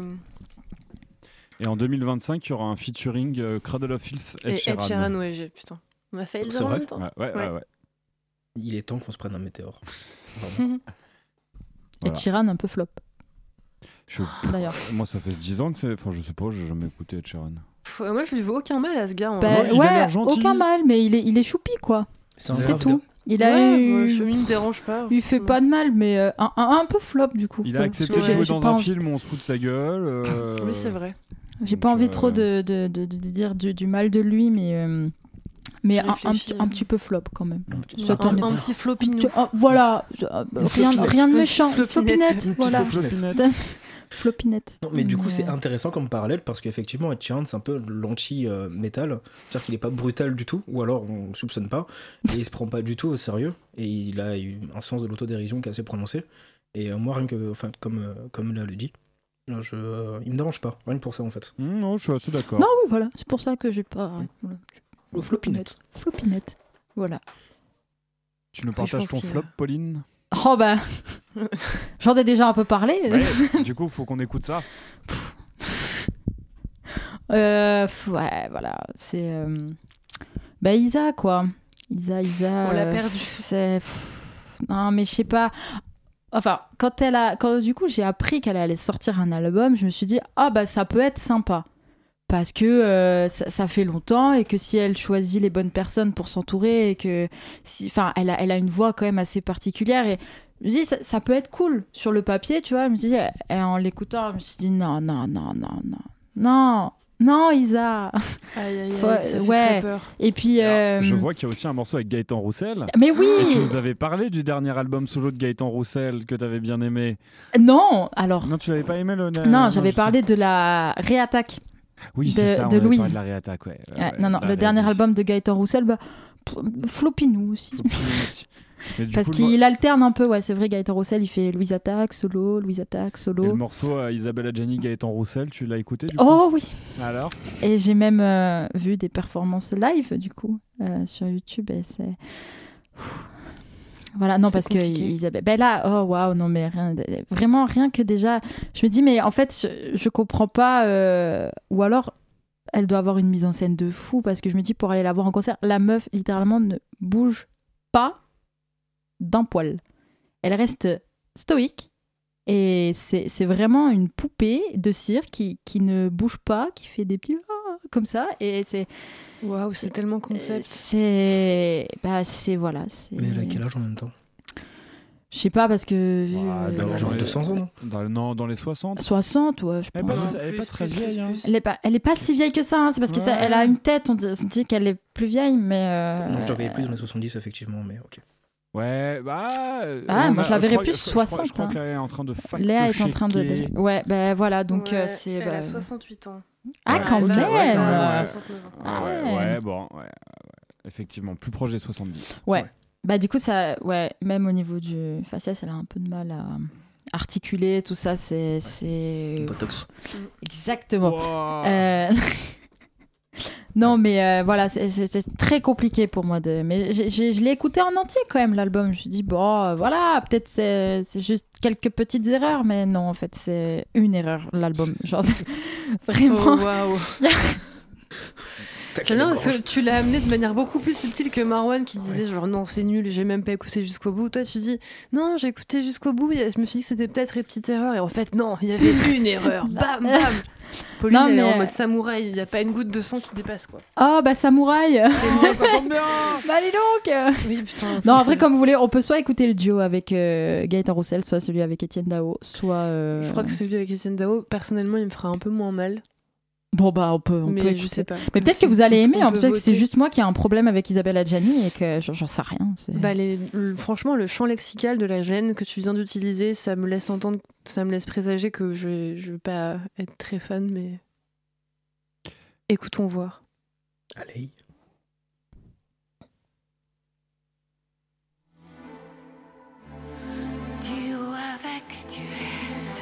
Et en deux mille vingt-cinq, il y aura un featuring euh, Cradle of Filth Ed Et Sheeran. Ed Sheeran, ouais, j'ai... putain. On a failli le C'est dire en vrai même temps. Ouais, ouais, ouais. Ouais. ouais. Il est temps qu'on se prenne un météore. Et Voilà. Sheeran, un peu flop, Je- d'ailleurs. Moi, ça fait dix ans que c'est... Enfin, je sais pas, j'ai jamais écouté Ed Sheeran. Pff, moi, je lui vois aucun mal à ce gars. en Bah, vrai. il a ouais, l'air gentil. aucun mal, mais il est, il est choupi, quoi. C'est un C'est brave tout. gars. Il a Ouais, eu. ouais, je il me dérange pas. Il fait pas de mal, mais euh, un, un, un peu flop, du coup. Il a quoi. accepté Ouais, de jouer j'ai dans pas un envie- film où on se fout de sa gueule. euh, Oui, c'est vrai. J'ai Donc, pas envie euh, trop de, de, de, de- de dire du, du mal de lui, mais, euh, mais Je un, un, réfléchis. petit- un petit peu flop quand même. Un, Ça t'en est un pas. petit flopinou. Tu- oh, voilà, je- euh, rien, flopinette. rien de Une méchant. petite Flopinette, flopinette. Une petite voilà. flopinette. Flopinette. Non, mais du coup, Mais, c'est euh, intéressant comme parallèle parce qu'effectivement, Ed Sheeran, c'est un peu l'anti-métal. C'est-à-dire qu'il est pas brutal du tout, ou alors on le soupçonne pas. Et il se prend pas du tout au sérieux. Et il a eu un sens de l'autodérision qui est assez prononcé. Et euh, moi, rien que, enfin, comme, euh, comme là le dit, Non, je, euh, il me dérange pas, rien que pour ça en fait. Mmh, non, je suis assez d'accord. Non, oui, voilà. C'est pour ça que j'ai pas. Voilà. Flo- Flopinette. Flopinette. Voilà. Tu nous Oui, je partages pense ton qu'il y a- flop, Pauline? Oh bah. J'en ai déjà un peu parlé. Ouais, du coup, faut qu'on écoute ça. Euh, pff, ouais, voilà. C'est. euh, Bah, Isa, quoi. Isa, Isa. On l'a euh, perdu. C'est. pff, Non, mais je sais pas. Enfin, quand elle a. Quand du coup, j'ai appris qu'elle allait sortir un album, je me suis dit, ah, bah, ça peut être sympa. Parce que euh, ça, ça fait longtemps et que si elle choisit les bonnes personnes pour s'entourer et que. Si... Enfin, elle a, elle a une voix quand même assez particulière et. Je me dis, ça, ça peut être cool sur le papier, tu vois. Je me suis dit, et en l'écoutant, je me suis dit, non, non, non, non, non. Non, non, Isa. Aïe, aïe, Faut- aïe, ça fait ouais. très peur. Et puis. Alors, euh, Je vois qu'il y a aussi un morceau avec Gaëtan Roussel. Mais oui. Et tu nous avais parlé du dernier album solo de Gaëtan Roussel que tu avais bien aimé. Non, alors. Non, tu l'avais pas aimé le. Non, j'avais je parlé de la réattaque. Oui, de- c'est ça. on de avait Louise. parlé de la réattaque, ouais. Ouais, Ouais, non, non, la le dernier réédition. album de Gaëtan Roussel, bah, pff, Flopinou aussi. Mais du Parce coup, le qu'il alterne un peu, ouais, c'est vrai, Gaëtan Roussel, il fait Louise Attaque, solo, Louise Attaque, Et solo. le morceau euh, Isabelle Adjani, Gaëtan Roussel, tu l'as écouté du coup? Oh oui. Alors Et j'ai même euh, vu des performances live, du coup, euh, sur YouTube, et c'est... Ouh. Voilà, non, C'est parce que compliqué. Isabelle... Ben là, oh waouh, non, mais rien, vraiment rien que déjà... Je me dis, mais en fait, je, je comprends pas... euh, Ou alors, elle doit avoir une mise en scène de fou, parce que je me dis, pour aller la voir en concert, la meuf, littéralement, ne bouge pas d'un poil. Elle reste stoïque, et c'est c'est vraiment une poupée de cire qui, qui ne bouge pas, qui fait des petits... ah comme ça, et c'est... Waouh, c'est tellement concept. C'est... Bah, c'est... Voilà, c'est... Mais elle a quel âge en même temps? Je sais pas, parce que... Ouais, euh, dans- genre dans les- deux cents ans, non dans, non, dans les soixante. soixante, ouais, je Elle est pense. pas, Non, elle est plus, pas très plus, vieille. plus, Hein. plus. Elle est pas, elle est pas si vieille que ça, hein, c'est parce que ça, Ouais. elle a une tête, on dit, on dit qu'elle est plus vieille, mais... euh, Non, je la voyais plus dans les soixante-dix, effectivement, mais ok. Ouais, bah. euh, Ah, on moi, a- je la verrais crois- plus je crois- Je crois, soixante, je crois hein. qu'elle est en train de fact Léa est en train de... Ouais, ben voilà, donc euh, Ouais, c'est... Elle bah, a soixante-huit ans. Ah, Ouais, quand elle a- même ouais, elle a Ouais. soixante-neuf ans. Ah ouais, ouais. ouais, bon, ouais, ouais. Effectivement, plus proche des soixante-dix. Ouais. Ouais. Bah du coup, ça... Ouais, même au niveau du faciès, elle a un peu de mal à articuler, tout ça, c'est... c'est... Botox. Exactement. Wow. Euh, non, mais euh, voilà, c'est- c'est c'est très compliqué pour moi. De... Mais j'ai- j'ai- je l'ai écouté en entier quand même, l'album. Je me suis dit, bon, euh, voilà, peut-être c'est c'est juste quelques petites erreurs, mais non, en fait, c'est une erreur, l'album. Genre, c'est vraiment. Oh, waouh. Ah non, parce que tu l'as amené de manière beaucoup plus subtile que Marwan qui disait genre non c'est nul, j'ai même pas écouté jusqu'au bout. Toi tu dis non j'ai écouté jusqu'au bout, et je me suis dit que c'était peut-être une petite erreur et en fait non, il y avait une erreur. Bam bam. Pauline Non, elle est mais- en mode samouraï, il y a pas une goutte de sang qui dépasse quoi. Oh, bah, Samouraï. Oh, ça tombe bien. Bah, allez donc. Oui putain. Non, en plus, vrai, euh, comme vous voulez, on peut soit écouter le duo avec euh, Gaëtan Roussel, soit celui avec Étienne Dao, soit. euh, je crois que celui avec Etienne Dao personnellement il me fera un peu moins mal. Bon, bah, on peut. On mais peut je écouter. sais pas. Mais peut-être que vous allez aimer, hein, peut-être que c'est juste juste moi qui ai un problème avec Isabelle Adjani et que j'en j'en sais rien. c'est- Bah les, le- franchement, le champ lexical de la gêne que tu viens d'utiliser, ça me laisse entendre, ça me laisse présager que je vais, je vais pas être très fan, mais écoutons voir. Allez. Duo avec duel.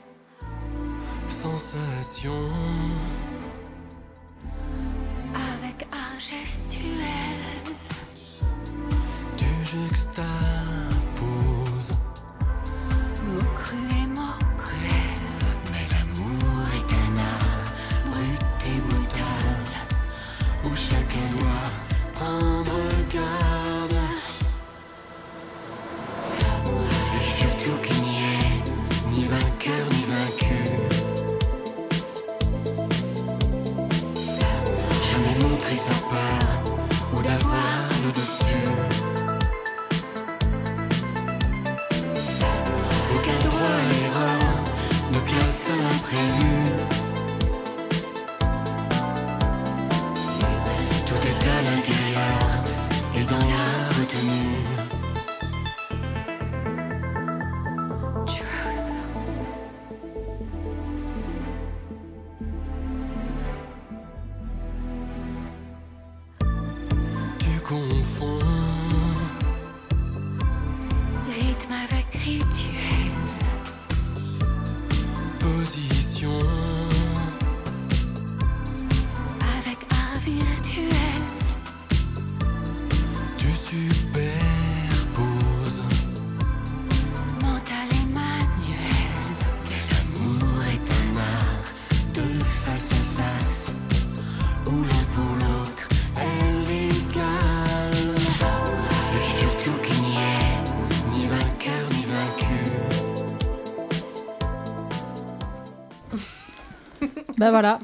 Sensation, Avec art gestuel. tu juxtaposes Mots crus et mots cruels. Mais l'amour est un art brut et brutal où chacun doit prendre garde. Et surtout qu'il n'y ait ni vainqueur ni vaincu. Jamais montrer sa peur ou d'avoir le dessus. Aucun droit à l'erreur, de place à l'imprévu. Tout est à l'intérieur et dans la retenue. Tu confonds Rythme avec rituel. position. superpose. Mental et manuel, l'amour est un art de face à face, où l'un pour l'autre est légal. Et surtout qu'il n'y ait ni vainqueur ni vaincu. Bah voilà.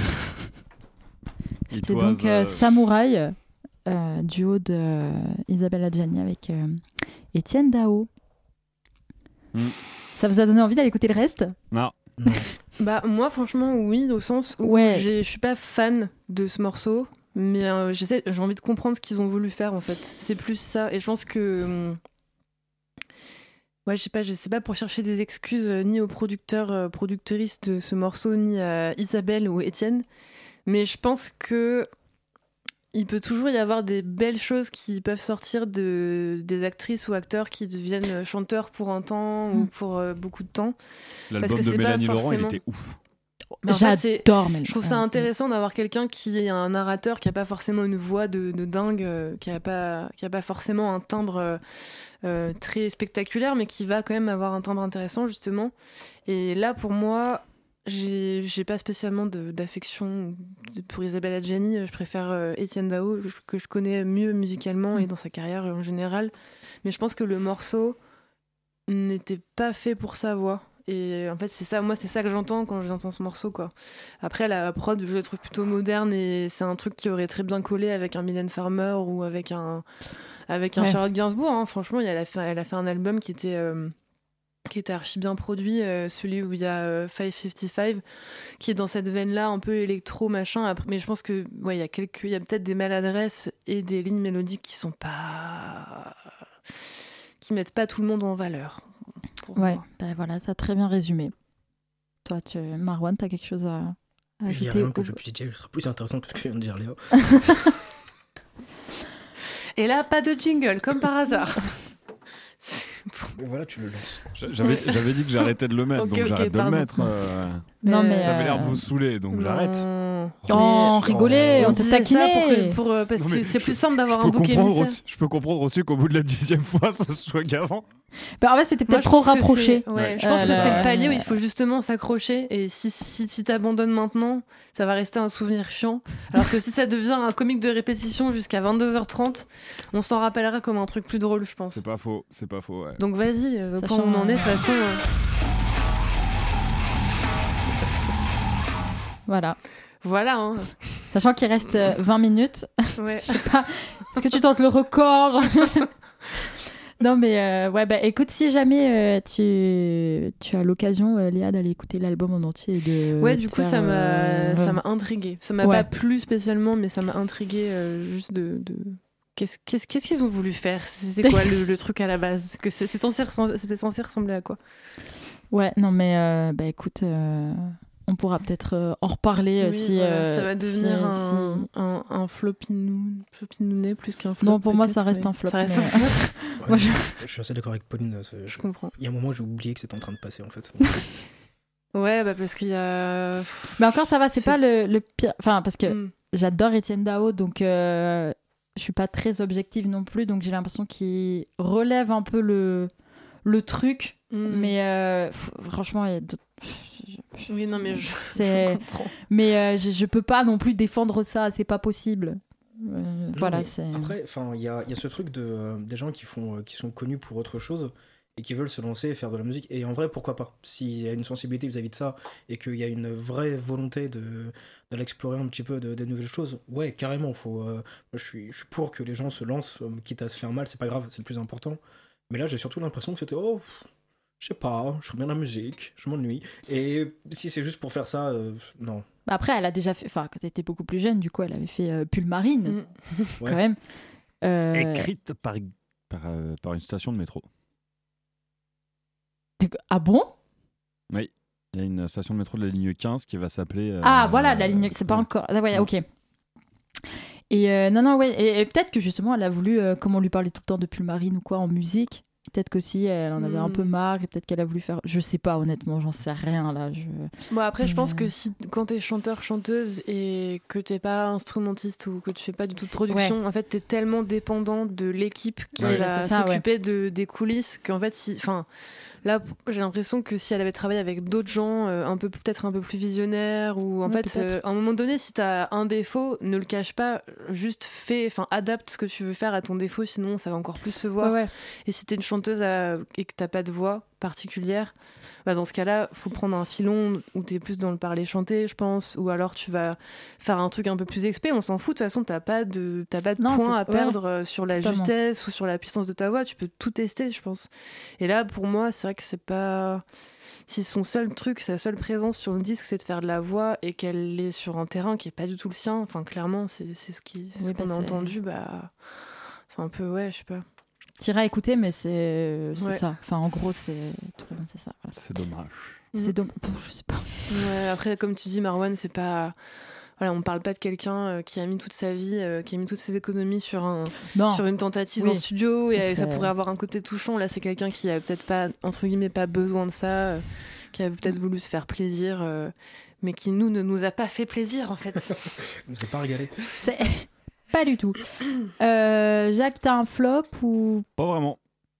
It C'était was, donc euh, euh, Samouraï, euh, duo de euh, Isabelle Adjani avec euh, Étienne Dao. Mm. Ça vous a donné envie d'aller écouter le reste? Non. Non. Bah moi franchement oui, au sens où Ouais. j'ai- je suis pas fan de ce morceau, mais euh, j'essaie- j'ai envie de comprendre ce qu'ils ont voulu faire en fait. C'est plus ça, et je pense que hum, ouais je sais pas, je sais pas pour chercher des excuses euh, ni aux producteurs, euh, productrices de ce morceau, ni à Isabelle ou Étienne, mais je pense que il peut toujours y avoir des belles choses qui peuvent sortir de des actrices ou acteurs qui deviennent chanteurs pour un temps Mm. ou pour euh, beaucoup de temps. L'album que de c'est pas Mélanie Laurent, il forcément- était ouf. Mais en fait, c'est- J'adore Mélanie. Je trouve ça intéressant d'avoir quelqu'un qui est un narrateur qui a pas forcément une voix de, de dingue, euh, qui a pas qui a pas forcément un timbre euh, euh, très spectaculaire, mais qui va quand même avoir un timbre intéressant justement. Et là, pour moi, j'ai j'ai pas spécialement de- d'affection pour Isabelle Adjani. Je préfère euh, Étienne Dao, je- que je connais mieux musicalement et dans sa carrière en général. Mais je pense que le morceau n'était pas fait pour sa voix. Et en fait, c'est ça, moi, c'est ça que j'entends quand j'entends ce morceau, quoi. Après, la prod, je la trouve plutôt moderne et c'est un truc qui aurait très bien collé avec un Mylène Farmer ou avec un, avec un Ouais. Charlotte Gainsbourg. Hein. Franchement, elle a, fait, elle a fait un album qui était, euh, qui était archi bien produit, euh, celui où il y a euh, cinq cent cinquante-cinq, qui est dans cette veine-là, un peu électro, machin. Après, mais je pense que, ouais, il y a quelques, il y a peut-être des maladresses et des lignes mélodiques qui sont pas, qui mettent pas tout le monde en valeur. pour Ouais, moi. bah voilà, t'as très bien résumé. Toi, tu... Marwan, t'as quelque chose à, à Il y a ajouter rien que au- je puisse dire qui sera plus intéressant que ce que vient de dire Léo. Et là, pas de jingle, comme par hasard. Mais voilà, tu le lances. J'avais j'avais dit que j'arrêtais de le mettre, Ok, donc ok, j'arrête de pardon. le mettre. euh, Non, mais, Ça avait l'air de euh, vous saouler, donc j'arrête. Non. Oh, rigolez, On on te disait ça pour taquinait. que- pour, euh, parce Non, que mais c'est je- plus simple Je d'avoir peux, un bouc comprendre émissaire. aussi, je peux comprendre aussi qu'au bout de la dixième fois, ce soit gavant. Bah, en fait, c'était Moi, peut-être je trop pense que rapproché. c'est- Ouais, Ouais. je pense Euh, que c'est là- le palier où il faut justement s'accrocher. Et si, si tu t'abandonnes maintenant, ça va rester un souvenir chiant. Alors que si ça devient un comique de répétition jusqu'à vingt-deux heures trente, on s'en rappellera comme un truc plus drôle, je pense. C'est pas faux, c'est pas faux. Ouais. Donc vas-y, euh, Sachant, quand on en est, de toute euh, façon. euh, Voilà. Voilà, hein. Sachant qu'il reste euh, vingt minutes. Ouais. Je sais pas. Est-ce que tu tentes le record genre Non, mais euh, ouais, bah écoute, si jamais euh, tu, tu as l'occasion, euh, Léa, d'aller écouter l'album en entier et de. Ouais, du te coup, faire, ça m'a euh, ça m'a intrigué. Ça m'a Ouais. pas plu spécialement, mais ça m'a intrigué euh, juste de. de... Qu'est-ce qu'est-ce qu'est-ce qu'ils ont voulu faire? C'était quoi le, le truc à la base? Que c'est- c'est censé ressem- C'était censé ressembler à quoi? Ouais, non, mais euh, bah écoute, euh, on pourra peut-être euh, en reparler euh, Oui, si. voilà, euh, ça va si- devenir un, si- un, un flopinou, flopinounet plus qu'un flop. Non, pour moi, peut-être, ça reste mais- un flop, Ça reste mais- un flop, Ouais, Moi, je- je... suis assez d'accord avec Pauline. c'est- je comprends. Il y a un moment, j'ai oublié que c'était en train de passer en fait. Ouais, bah parce qu'il y a. Mais encore, ça va, c'est C'est- pas le, le pire. Enfin, parce que Mm. j'adore Étienne Dao, donc euh, je suis pas très objective non plus, donc j'ai l'impression qu'il relève un peu le, le truc, Mm. mais euh, pff, franchement, il y a d'autres- Oui, non, mais je, C'est- je comprends. mais euh, je, je peux pas non plus défendre ça, c'est pas possible. Euh, voilà, mais c'est. Après, enfin, il y a, il y a ce truc de euh, des gens qui font, euh, qui sont connus pour autre chose et qui veulent se lancer et faire de la musique. Et en vrai, pourquoi pas? S'il y a une sensibilité vis-à-vis de ça et qu'il y a une vraie volonté de d'aller explorer un petit peu de, de nouvelles choses, ouais, carrément. Faut. euh, moi, je suis, je suis pour que les gens se lancent, euh, quitte à se faire mal. C'est pas grave, c'est le plus important. Mais là, j'ai surtout l'impression que c'était oh. pff, Je sais pas, je ferais bien la musique, je m'ennuie. Et si c'est juste pour faire ça, euh, non. Bah après, elle a déjà fait. Enfin, quand elle était beaucoup plus jeune, du coup, elle avait fait euh, Pull Marine, Mm. quand Ouais. même. Euh, Écrite par, par, euh, par une station de métro. Ah bon? Il y a une station de métro de la ligne quinze qui va s'appeler. euh, Ah, voilà, la ligne. C'est pas ouais. encore. Ah, ouais, Ouais. ok. Et euh, non, non, ouais. Et, et peut-être que justement, elle a voulu, euh, comme on lui parlait tout le temps de Pull Marine ou quoi, en musique, Peut-être qu'aussi elle en avait Mm. un peu marre et peut-être qu'elle a voulu faire. Je sais pas, honnêtement, j'en sais rien là. Je... Bon, après, je pense Euh. que si, quand t'es chanteur, chanteuse et que t'es pas instrumentiste ou que tu fais pas du tout de C'est- production, en fait, t'es tellement dépendant de l'équipe qui Ouais. va C'est ça, s'occuper de, des coulisses qu'en fait, si, enfin, là, j'ai l'impression que si elle avait travaillé avec d'autres gens, euh, un peu peut-être un peu plus visionnaires, ou en Ouais, fait, peut-être. euh, à un moment donné, si t'as un défaut, ne le cache pas, juste fais, enfin, adapte ce que tu veux faire à ton défaut, sinon ça va encore plus se voir. Ouais, ouais. Et si t'es une chanteuse à- et que t'as pas de voix particulière, bah dans ce cas-là, faut prendre un filon où t'es plus dans le parler-chanter, je pense, ou alors tu vas faire un truc un peu plus expé. On s'en fout, de toute façon, t'as pas de, t'as pas de Non, points c'est- à perdre euh, sur la totalement. justesse ou sur la puissance de ta voix. Tu peux tout tester, je pense. Et là, pour moi, c'est vrai que c'est pas. Si son seul truc, sa seule présence sur le disque, c'est de faire de la voix et qu'elle est sur un terrain qui est pas du tout le sien, enfin, clairement, c'est c'est ce qui- c'est Oui, ce qu'on bah, a c'est- entendu, bah. C'est un peu, ouais, je sais pas. T'iras écouter, mais c'est c'est Ouais. ça. Enfin, en gros, c'est tout le monde, c'est ça. Voilà. C'est dommage. C'est Mm. dommage. Je sais pas. Ouais, après, comme tu dis, Marwan, c'est pas. Voilà, on parle pas de quelqu'un euh, qui a mis toute sa vie, euh, qui a mis toutes ses économies sur, un, Non. sur une tentative Oui. en studio, Ça, et ça c'est- pourrait avoir un côté touchant. Là, c'est quelqu'un qui a peut-être pas, entre guillemets, pas besoin de ça, euh, qui a peut-être voulu se faire plaisir, euh, mais qui, nous, ne nous a pas fait plaisir, en fait. On ne s'est pas régalé. C'est pas du tout. Euh, Jacques, t'as un flop ou Pas vraiment.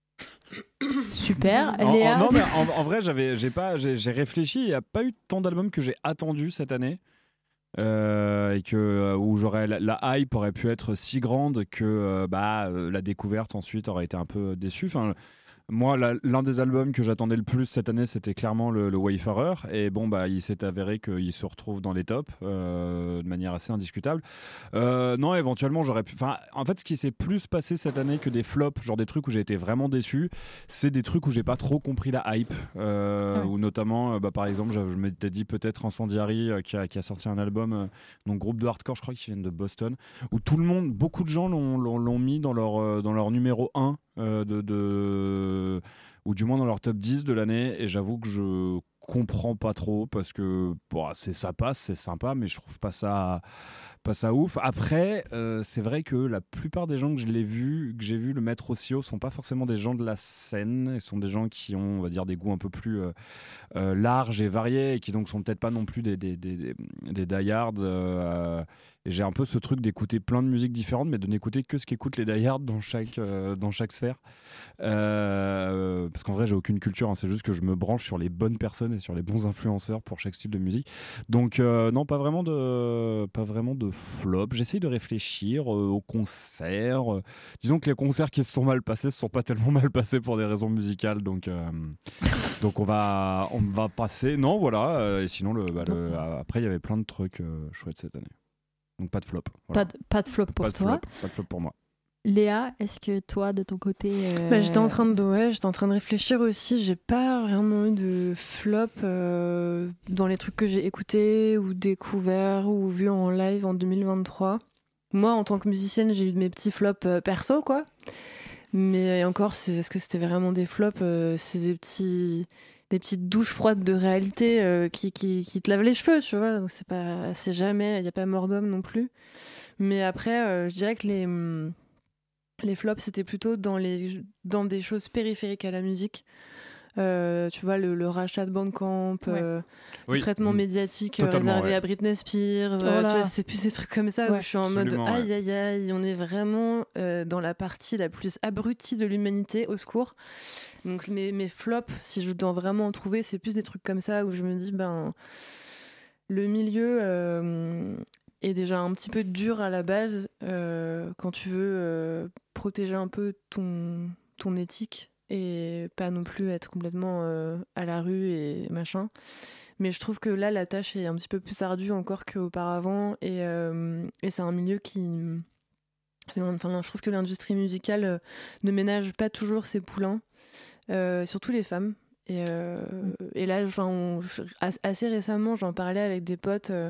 super. En- en- Léa, non, mais en, en vrai, j'avais, j'ai pas, j'ai, j'ai réfléchi. Il n'y a pas eu tant d'albums que j'ai attendus cette année. Euh, et que euh, où j'aurais la, la hype aurait pu être si grande que euh, bah euh, la découverte ensuite aurait été un peu déçue. Enfin, moi, la- l'un des albums que j'attendais le plus cette année, c'était clairement le, le Wayfarer. Et bon, bah, il s'est avéré qu'il se retrouve dans les tops euh, de manière assez indiscutable. Euh, non, éventuellement, j'aurais pu. Enfin, en fait, ce qui s'est plus passé cette année que des flops, genre des trucs où j'ai été vraiment déçu, c'est des trucs où j'ai pas trop compris la hype. Euh, Ouais. Ou notamment, euh, bah, par exemple, je, je m'étais dit peut-être Incendiary euh, qui, a, qui a sorti un album, euh, donc groupe de hardcore, je crois, qui vient de Boston, où tout le monde, beaucoup de gens l'ont, l'ont, l'ont mis dans leur, euh, dans leur numéro un euh, de, de ou du moins dans leur top dix de l'année, et j'avoue que je comprends pas trop parce que bon, c'est ça passe, c'est sympa, mais je trouve pas ça pas ça ouf. Après, euh, c'est vrai que la plupart des gens que je l'ai vu, que j'ai vu le mettre aussi haut, sont pas forcément des gens de la scène, ils sont des gens qui ont, on va dire, des goûts un peu plus euh, euh, larges et variés, et qui donc sont peut-être pas non plus des des des, des, des die-hard. Euh, et j'ai un peu ce truc d'écouter plein de musiques différentes, mais de n'écouter que ce qu'écoutent les die-hard dans chaque euh, dans chaque sphère. Euh, parce qu'en vrai, j'ai aucune culture, hein, c'est juste que je me branche sur les bonnes personnes et sur les bons influenceurs pour chaque style de musique. Donc euh, non, pas vraiment de pas vraiment de flop. J'essaye de réfléchir euh, aux concerts. Euh, disons que les concerts qui se sont mal passés se sont pas tellement mal passés pour des raisons musicales, donc euh, donc on va on va passer. Non, voilà. Euh, et sinon, le, bah, le- après, il y avait plein de trucs euh, chouettes cette année. Donc pas de flop. Voilà. pas, de, pas de flop pour Pas de toi. flop, pas de flop pour moi. Léa, est-ce que toi, de ton côté. euh, Bah, j'étais en train de ouais, j'étais en train de réfléchir aussi. J'ai pas vraiment eu de flop euh, dans les trucs que j'ai écoutés ou découverts ou vus en live en deux mille vingt-trois. Moi, en tant que musicienne, j'ai eu mes petits flops euh, perso, quoi. Mais encore, c'est, est-ce que c'était vraiment des flops euh, C'est des petits, des petites douches froides de réalité euh, qui, qui, qui te lavent les cheveux, tu vois. Donc c'est pas, c'est jamais, il y a pas mort d'homme non plus. Mais après, euh, je dirais que les hum, les flops, c'était plutôt dans, les, dans des choses périphériques à la musique. Euh, tu vois, le, le rachat de Bandcamp, euh, Oui. le traitement médiatique euh, Totalement, réservé ouais. à Britney Spears. Oh euh, là. tu vois, c'est plus des trucs comme ça Ouais. où je suis en Absolument, mode aïe, ouais. aïe, aïe, on est vraiment euh, dans la partie la plus abrutie de l'humanité, au secours. Donc mes, mes flops, si je dois vraiment en trouver, c'est plus des trucs comme ça où je me dis, ben, le milieu euh, est déjà un petit peu dur à la base euh, quand tu veux euh, protéger un peu ton, ton éthique et pas non plus être complètement euh, à la rue et machin. Mais je trouve que là, la tâche est un petit peu plus ardue encore qu'auparavant, et, euh, et c'est un milieu qui... c'est- Enfin, je trouve que l'industrie musicale euh, ne ménage pas toujours ses poulains, euh, surtout les femmes. Et, euh, et là, enfin, on- as- assez récemment, j'en parlais avec des potes. euh,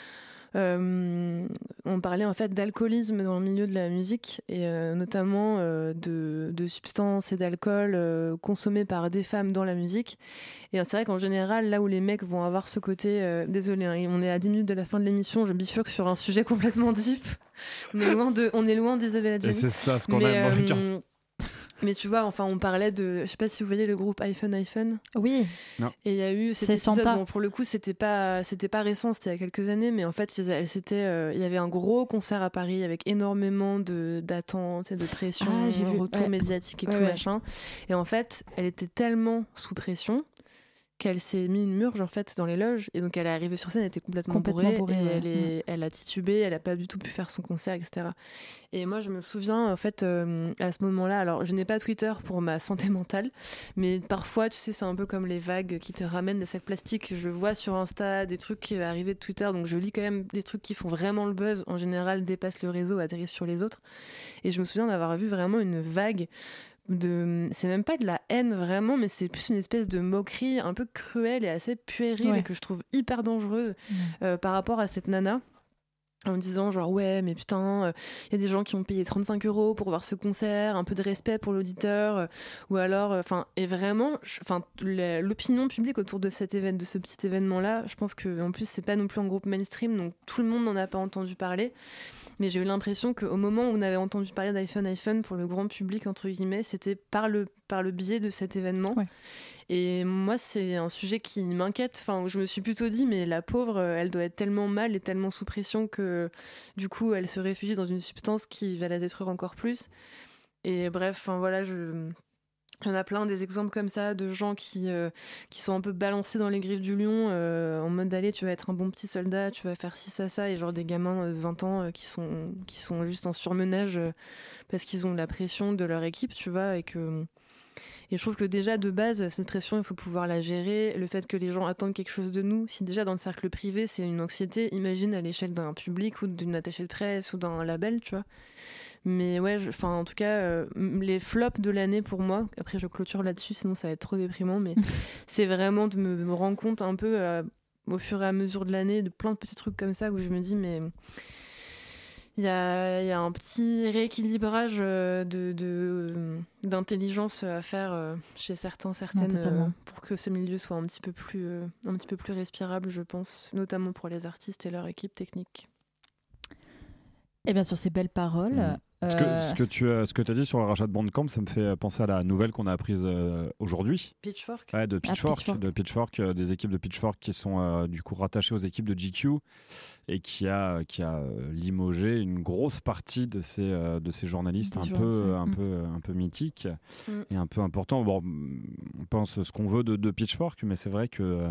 euh, on parlait en fait d'alcoolisme dans le milieu de la musique, et euh, notamment euh, de, de substances et d'alcool euh, consommés par des femmes dans la musique. Et c'est vrai qu'en général, là où les mecs vont avoir ce côté... Euh, désolé, hein, on est à dix minutes de la fin de l'émission, je bifurque sur un sujet complètement deep. On est loin, de, on est loin d'Isabelle Et Adjani. c'est ça ce qu'on Mais, aime dans les euh, cartes. Mais tu vois, enfin, on parlait de, je sais pas si vous voyez le groupe iPhone iPhone. Oui. Non. Et il y a eu cet C'est épisode. Santa. Bon, pour le coup, c'était pas, c'était pas récent, c'était il y a quelques années, mais en fait, ils- elle, c'était, euh, il y avait un gros concert à Paris avec énormément de d'attentes et de pression, Ah, j'ai vu, retour ouais. médiatique et Ouais, tout ouais. machin. Et en fait, elle était tellement sous pression qu'elle s'est mis une murge en fait dans les loges, et donc elle est arrivée sur scène, elle était complètement, Complètement bourrée, bourrée, et ouais. elle, est, elle a titubé, elle a pas du tout pu faire son concert, et cetera. Et moi je me souviens en fait euh, à ce moment-là, alors je n'ai pas Twitter pour ma santé mentale, mais parfois tu sais c'est un peu comme les vagues qui te ramènent des sacs plastiques. Je vois sur Insta des trucs qui arrivent de Twitter, donc je lis quand même des trucs qui font vraiment le buzz, en général dépassent le réseau, atterrissent sur les autres, et je me souviens d'avoir vu vraiment une vague de, c'est même pas de la haine vraiment, mais c'est plus une espèce de moquerie un peu cruelle et assez puérile, Ouais. et que je trouve hyper dangereuse Ouais. euh, par rapport à cette nana, en me disant genre ouais mais putain il euh, y a des gens qui ont payé trente-cinq euros pour voir ce concert, un peu de respect pour l'auditeur, euh, ou alors enfin euh, et vraiment enfin l'opinion publique autour de cet événement, de ce petit événement là, je pense que en plus c'est pas non plus un groupe mainstream, donc tout le monde n'en a pas entendu parler. Mais j'ai eu l'impression qu'au moment où on avait entendu parler d'iPhone iPhone pour le grand public, entre guillemets, c'était par le, par le biais de cet événement. Ouais. Et moi, c'est un sujet qui m'inquiète. Enfin, je me suis plutôt dit, mais la pauvre, elle doit être tellement mal et tellement sous pression que du coup, elle se réfugie dans une substance qui va la détruire encore plus. Et bref, enfin voilà, je... Il y en a plein des exemples comme ça de gens qui, euh, qui sont un peu balancés dans les griffes du lion euh, en mode allez tu vas être un bon petit soldat, tu vas faire ci ça ça, et genre des gamins de vingt ans euh, qui, sont, qui sont juste en surmenage euh, parce qu'ils ont la pression de leur équipe, tu vois, et que... Et je trouve que déjà de base cette pression il faut pouvoir la gérer, le fait que les gens attendent quelque chose de nous, si déjà dans le cercle privé c'est une anxiété, imagine à l'échelle d'un public ou d'une attachée de presse ou d'un label, tu vois. Mais ouais, enfin en tout cas, euh, les flops de l'année pour moi, après je clôture là-dessus, sinon ça va être trop déprimant, mais c'est vraiment de me, me rendre compte un peu euh, au fur et à mesure de l'année de plein de petits trucs comme ça où je me dis mais il y a, y a un petit rééquilibrage euh, de, de, euh, d'intelligence à faire euh, chez certains, certaines, Ouais, euh, pour que ce milieu soit un petit peu plus, euh, un petit peu plus respirable, je pense, notamment pour les artistes et leur équipe technique. Et bien sur ces belles paroles. Mmh. Ce que, ce que tu as, ce que tu as dit sur le rachat de Bandcamp, ça me fait penser à la nouvelle qu'on a apprise euh, aujourd'hui. Pitchfork. Ouais, de Pitchfork, Ah, Pitchfork. de Pitchfork, euh, des équipes de Pitchfork qui sont euh, du coup rattachées aux équipes de G Q et qui a, qui a euh, limogé une grosse partie de ces, euh, de ces journalistes Des un journalistes, peu, ouais. un Mm. peu, un peu mythiques Mm. et un peu importants. Bon, on pense ce qu'on veut de, de Pitchfork, mais c'est vrai que euh,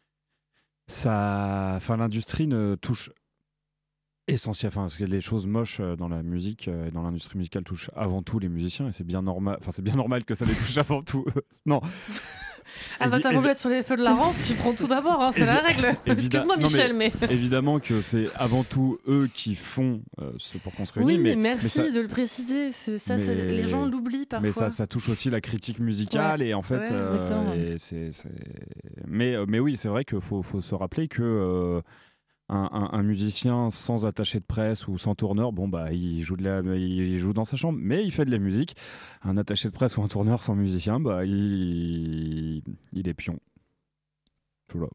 ça, enfin, l'industrie ne touche essentiel, enfin, parce que les choses moches euh, dans la musique euh, et dans l'industrie musicale touchent avant tout les musiciens, et c'est bien normal. Enfin, c'est bien normal que ça les touche avant tout. non. Ah bah Évi- t'as voulu être sur les feux de la rampe, tu prends tout d'abord, hein, c'est la règle. Évida- Excuse-moi non, Michel, mais... évidemment que c'est avant tout eux qui font euh, ce pour qu'on se réunisse. Oui, mais, merci mais ça, de le préciser. C'est, ça, c'est- mais- les gens l'oublient parfois. mais ça, ça touche aussi la critique musicale et en fait, Ouais, euh, exactement. et c'est, c'est... Mais, mais oui, c'est vrai qu'il faut, faut se rappeler que euh, un, un, un musicien sans attaché de presse ou sans tourneur, bon bah il joue de la, il joue dans sa chambre, mais il fait de la musique. Un attaché de presse ou un tourneur sans musicien, bah il, il est pion. Voilà.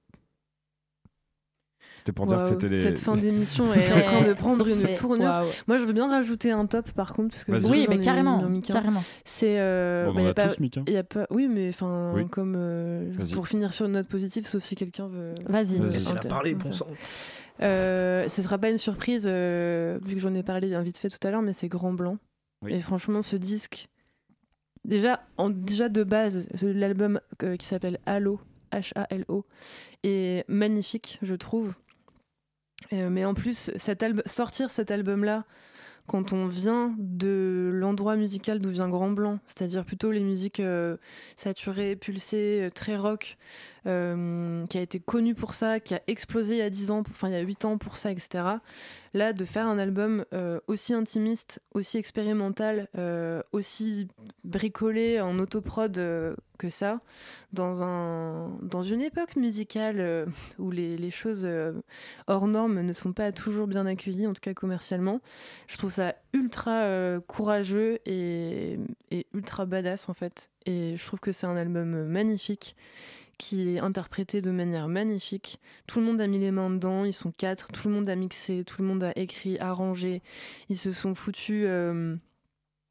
C'était pour dire que Waouh, c'était les. Cette fin d'émission est en C'est- train de prendre une c'est- tournure. waouh. Moi, je veux bien rajouter un top par contre, parce que Vas-y. beaucoup, Oui, j'en mais ai carrément, mis qu'un. carrément. C'est. euh, Bon, on bah, en y a a pas, tous, Mick, hein. y a pas. Oui, mais enfin, Oui. comme euh, Vas-y. pour finir sur une note positive, sauf si quelqu'un veut. Vas-y. Vas-y. Laissez-la Inter- parler, comme bon ça. sang. Euh, ce sera pas une surprise, euh, vu que j'en ai parlé bien vite fait tout à l'heure, mais c'est Grand Blanc. Oui. Et franchement, ce disque, déjà, en, déjà de base, l'album euh, qui s'appelle Halo, H A L O, est magnifique, je trouve. Euh, mais en plus, cet alb- sortir cet album-là, quand on vient de l'endroit musical d'où vient Grand Blanc, c'est-à-dire plutôt les musiques euh, saturées, pulsées, euh, très rock, euh, qui a été connu pour ça, qui a explosé il y a dix ans, enfin il y a huit ans pour ça, et cetera. Là, de faire un album euh, aussi intimiste, aussi expérimental, euh, aussi bricolé en autoprod euh, que ça, dans, un, dans une époque musicale euh, où les, les choses euh, hors normes ne sont pas toujours bien accueillies, en tout cas commercialement, je trouve ça ultra euh, courageux et, et ultra badass en fait. Et je trouve que c'est un album magnifique, qui est interprété de manière magnifique. Tout le monde a mis les mains dedans, ils sont quatre, tout le monde a mixé, tout le monde a écrit, arrangé. Ils se sont foutus euh,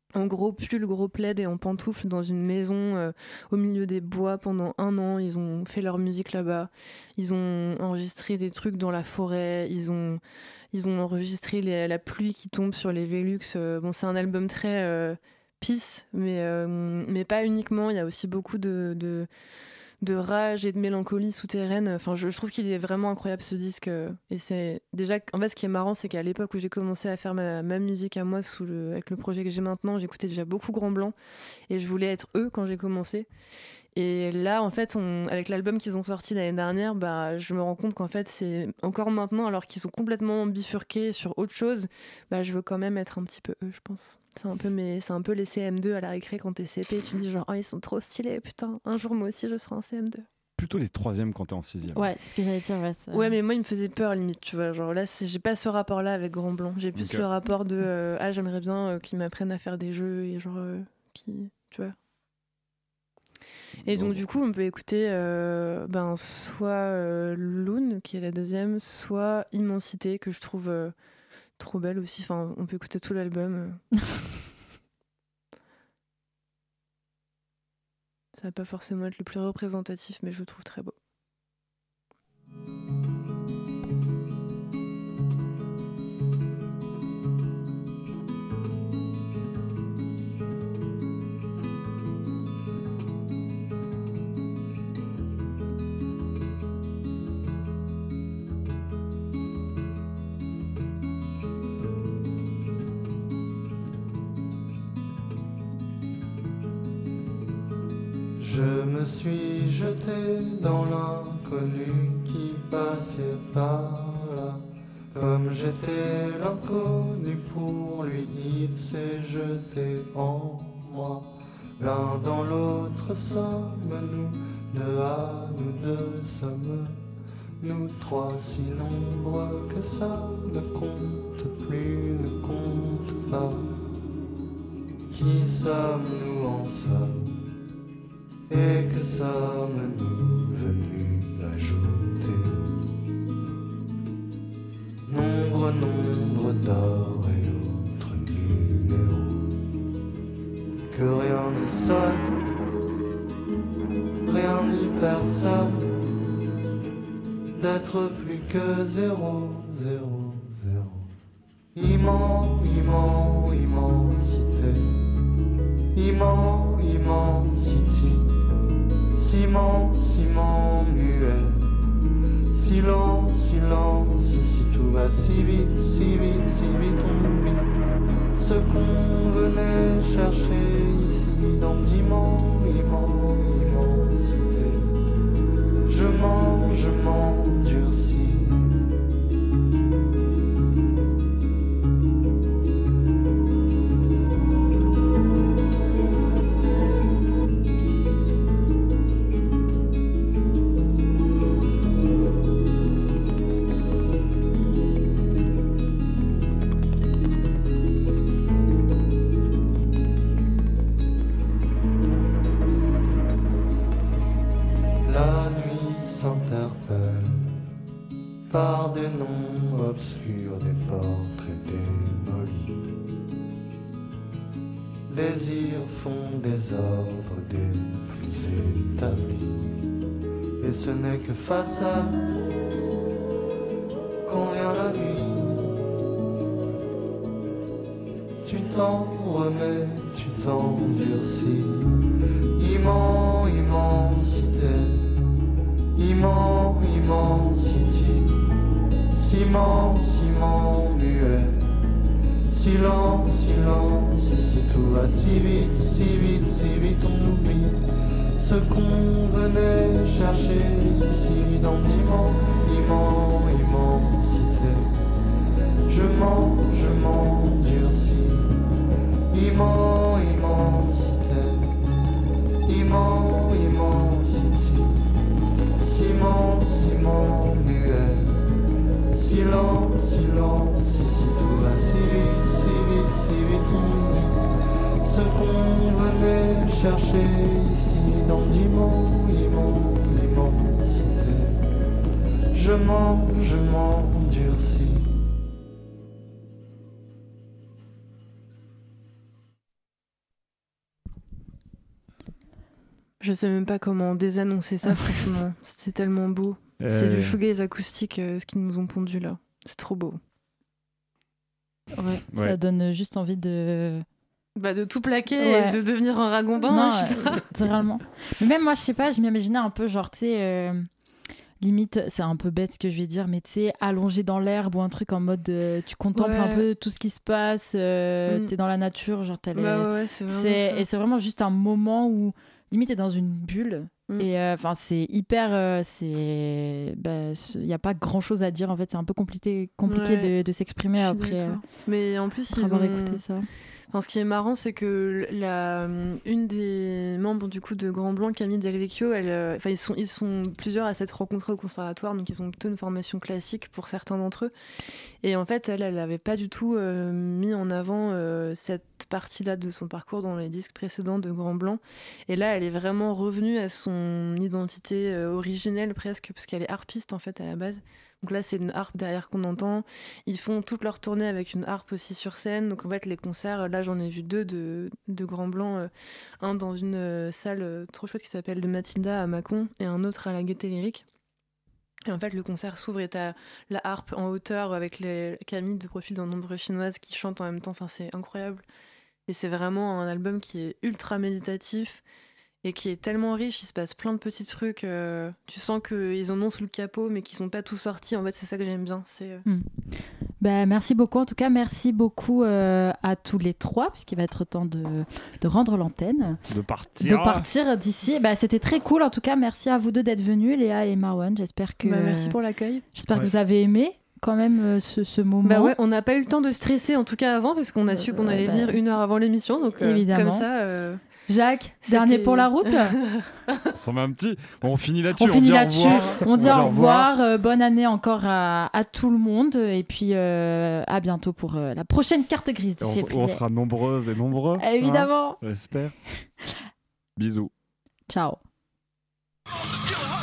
en gros pull, gros plaid et en pantoufles dans une maison euh, au milieu des bois pendant un an. Ils ont fait leur musique là-bas. Ils ont enregistré des trucs dans la forêt. Ils ont, ils ont enregistré les, la pluie qui tombe sur les Velux. Euh, bon, c'est un album très euh, peace, mais, euh, mais pas uniquement. Il y a aussi beaucoup de... de de rage et de mélancolie souterraine. Enfin, je, je trouve qu'il est vraiment incroyable ce disque. Et c'est déjà, en fait, ce qui est marrant, c'est qu'à l'époque où j'ai commencé à faire ma, ma musique à moi sous le, avec le projet que j'ai maintenant, j'écoutais déjà beaucoup Grand Blanc et je voulais être eux quand j'ai commencé. Et là, en fait, on, avec l'album qu'ils ont sorti l'année dernière, bah, je me rends compte qu'en fait, c'est encore maintenant, alors qu'ils sont complètement bifurqués sur autre chose, bah, je veux quand même être un petit peu eux, je pense. C'est un peu, mes, c'est un peu les C M deux à la récré quand t'es C P, tu te dis genre, oh, ils sont trop stylés, putain, un jour moi aussi je serai un C M deux. Plutôt les troisièmes quand t'es en sixième. Ouais, c'est ce que j'allais dire. Ouais, ça... ouais, mais moi, il me faisait peur limite, tu vois. Genre là, c'est, j'ai pas ce rapport-là avec Grand Blanc. J'ai plus Okay. le rapport de, euh, ah, j'aimerais bien euh, qu'ils m'apprennent à faire des jeux et genre, euh, qui, tu vois. Et donc, du coup, on peut écouter euh, ben, soit euh, Loon, qui est la deuxième, soit Immensité, que je trouve euh, trop belle aussi. Enfin, on peut écouter tout l'album. Ça va pas forcément être le plus représentatif, mais je le trouve très beau. Je me suis jeté dans l'inconnu qui passait par là. Comme j'étais l'inconnu pour lui, il s'est jeté en moi. L'un dans l'autre sommes nous, deux à nous deux sommes nous trois, si nombreux que ça ne compte plus, ne compte pas. Qui sommes-nous en somme? Et que sommes-nous venus ajouter? Nombre, nombre d'or et autres numéros. Que rien ne sonne, rien ni personne, d'être plus que zéro, zéro, zéro. Immense, immense, immensité. Immense, immensité. Ciment, ciment muet. Silence, silence, si tout va si vite, si vite, si vite, on oublie ce qu'on venait chercher ici dans d'immenses, immenses, immensité. Je mens, je m'endurcis. Par des noms obscurs, des portraits démolis. Désirs font désordre des plus établis. Et ce n'est que face à quand vient la nuit. Tu t'en remets, tu t'endurcis. Immense, immensité. Immense, immensité. Ciment, ciment muet. Silence, silence, si tout va si vite, si vite, si vite, on oublie ce qu'on venait chercher ici dans d'immenses, immenses, immensité. Je mens, je m'endurcis. Immense, immensité. Immense, immensité. Ciment, ciment muet. Silence, silence, si tout va si vite, si vite, si vite, on oublie ce qu'on venait chercher ici dans d'immenses, immenses, immensité. Je mens, je m'endurcis. Je sais même pas comment désannoncer ça, franchement. C'était tellement beau. Euh... C'est du shoegaze acoustique, euh, ce qu'ils nous ont pondu là. C'est trop beau. Ouais, Ouais. Ça donne juste envie de... Bah, de tout plaquer Ouais. et de devenir un ragondin, Non, hein, je sais euh, pas. littéralement. Mais même moi, je sais pas, je m'imaginais un peu genre, tu sais, euh, limite, c'est un peu bête ce que je vais dire, mais tu sais, allongé dans l'herbe ou un truc en mode, euh, tu contemples Ouais. un peu tout ce qui se passe, euh, Mm. t'es dans la nature, genre t'as les... Bah ouais, ouais, c'est vraiment c'est... ça. Et c'est vraiment juste un moment où, limite, t'es dans une bulle. Mm. Et enfin, c'est hyper. euh, c'est. Bah, il n'y a pas grand chose à dire en fait. C'est un peu compliqué, compliqué Ouais. de, de s'exprimer Je suis après. euh, d'accord. Mais en plus, après ils avoir ont... écouté ça. Enfin, ce qui est marrant, c'est que la, une des membres du coup de Grand Blanc, Camille Del Vecchio, elle, euh, enfin, ils sont, ils sont plusieurs à s'être rencontrés au conservatoire, donc ils ont plutôt une formation classique pour certains d'entre eux. Et en fait, elle, elle n'avait pas du tout euh, mis en avant euh, cette partie-là de son parcours dans les disques précédents de Grand Blanc. Et là, elle est vraiment revenue à son identité euh, originelle presque, parce qu'elle est harpiste en fait à la base. Donc là, c'est une harpe derrière qu'on entend. Ils font toute leur tournée avec une harpe aussi sur scène. Donc en fait, les concerts, là, j'en ai vu deux de, de Grand Blanc. Euh, un dans une euh, salle euh, trop chouette qui s'appelle de Mathilda à Mâcon et un autre à la Gaîté Lyrique. Et en fait, le concert s'ouvre et t'as la harpe en hauteur avec les Camille de profil d'un nombre chinoise qui chantent en même temps. Enfin, c'est incroyable. Et c'est vraiment un album qui est ultra méditatif et qui est tellement riche, il se passe plein de petits trucs. Euh, tu sens qu'ils en ont sous le capot, mais qui sont pas tous sortis. En fait, c'est ça que j'aime bien. C'est... Mm. Bah, merci beaucoup. En tout cas, merci beaucoup euh, à tous les trois, puisqu'il va être temps de, de rendre l'antenne. De partir. De partir d'ici. Bah, c'était très cool. En tout cas, merci à vous deux d'être venus, Léa et Marwan. J'espère que. Bah, merci pour l'accueil. J'espère Ouais. que vous avez aimé quand même euh, ce, ce moment. Bah ouais, on n'a pas eu le temps de stresser, en tout cas avant, parce qu'on a su qu'on Euh, allait bah, venir une heure avant l'émission. Donc, euh, évidemment. comme ça. Euh... Jacques, C'était- dernier pour la route. On s'en met un petit. On finit là-dessus. On finit dit au là-dessus. revoir. On dit dit au revoir. Euh, bonne année encore à, à tout le monde. Et puis euh, à bientôt pour euh, la prochaine carte grise de Et on, février. on sera nombreuses et nombreux. Évidemment. Hein, j'espère. Bisous. Ciao. Still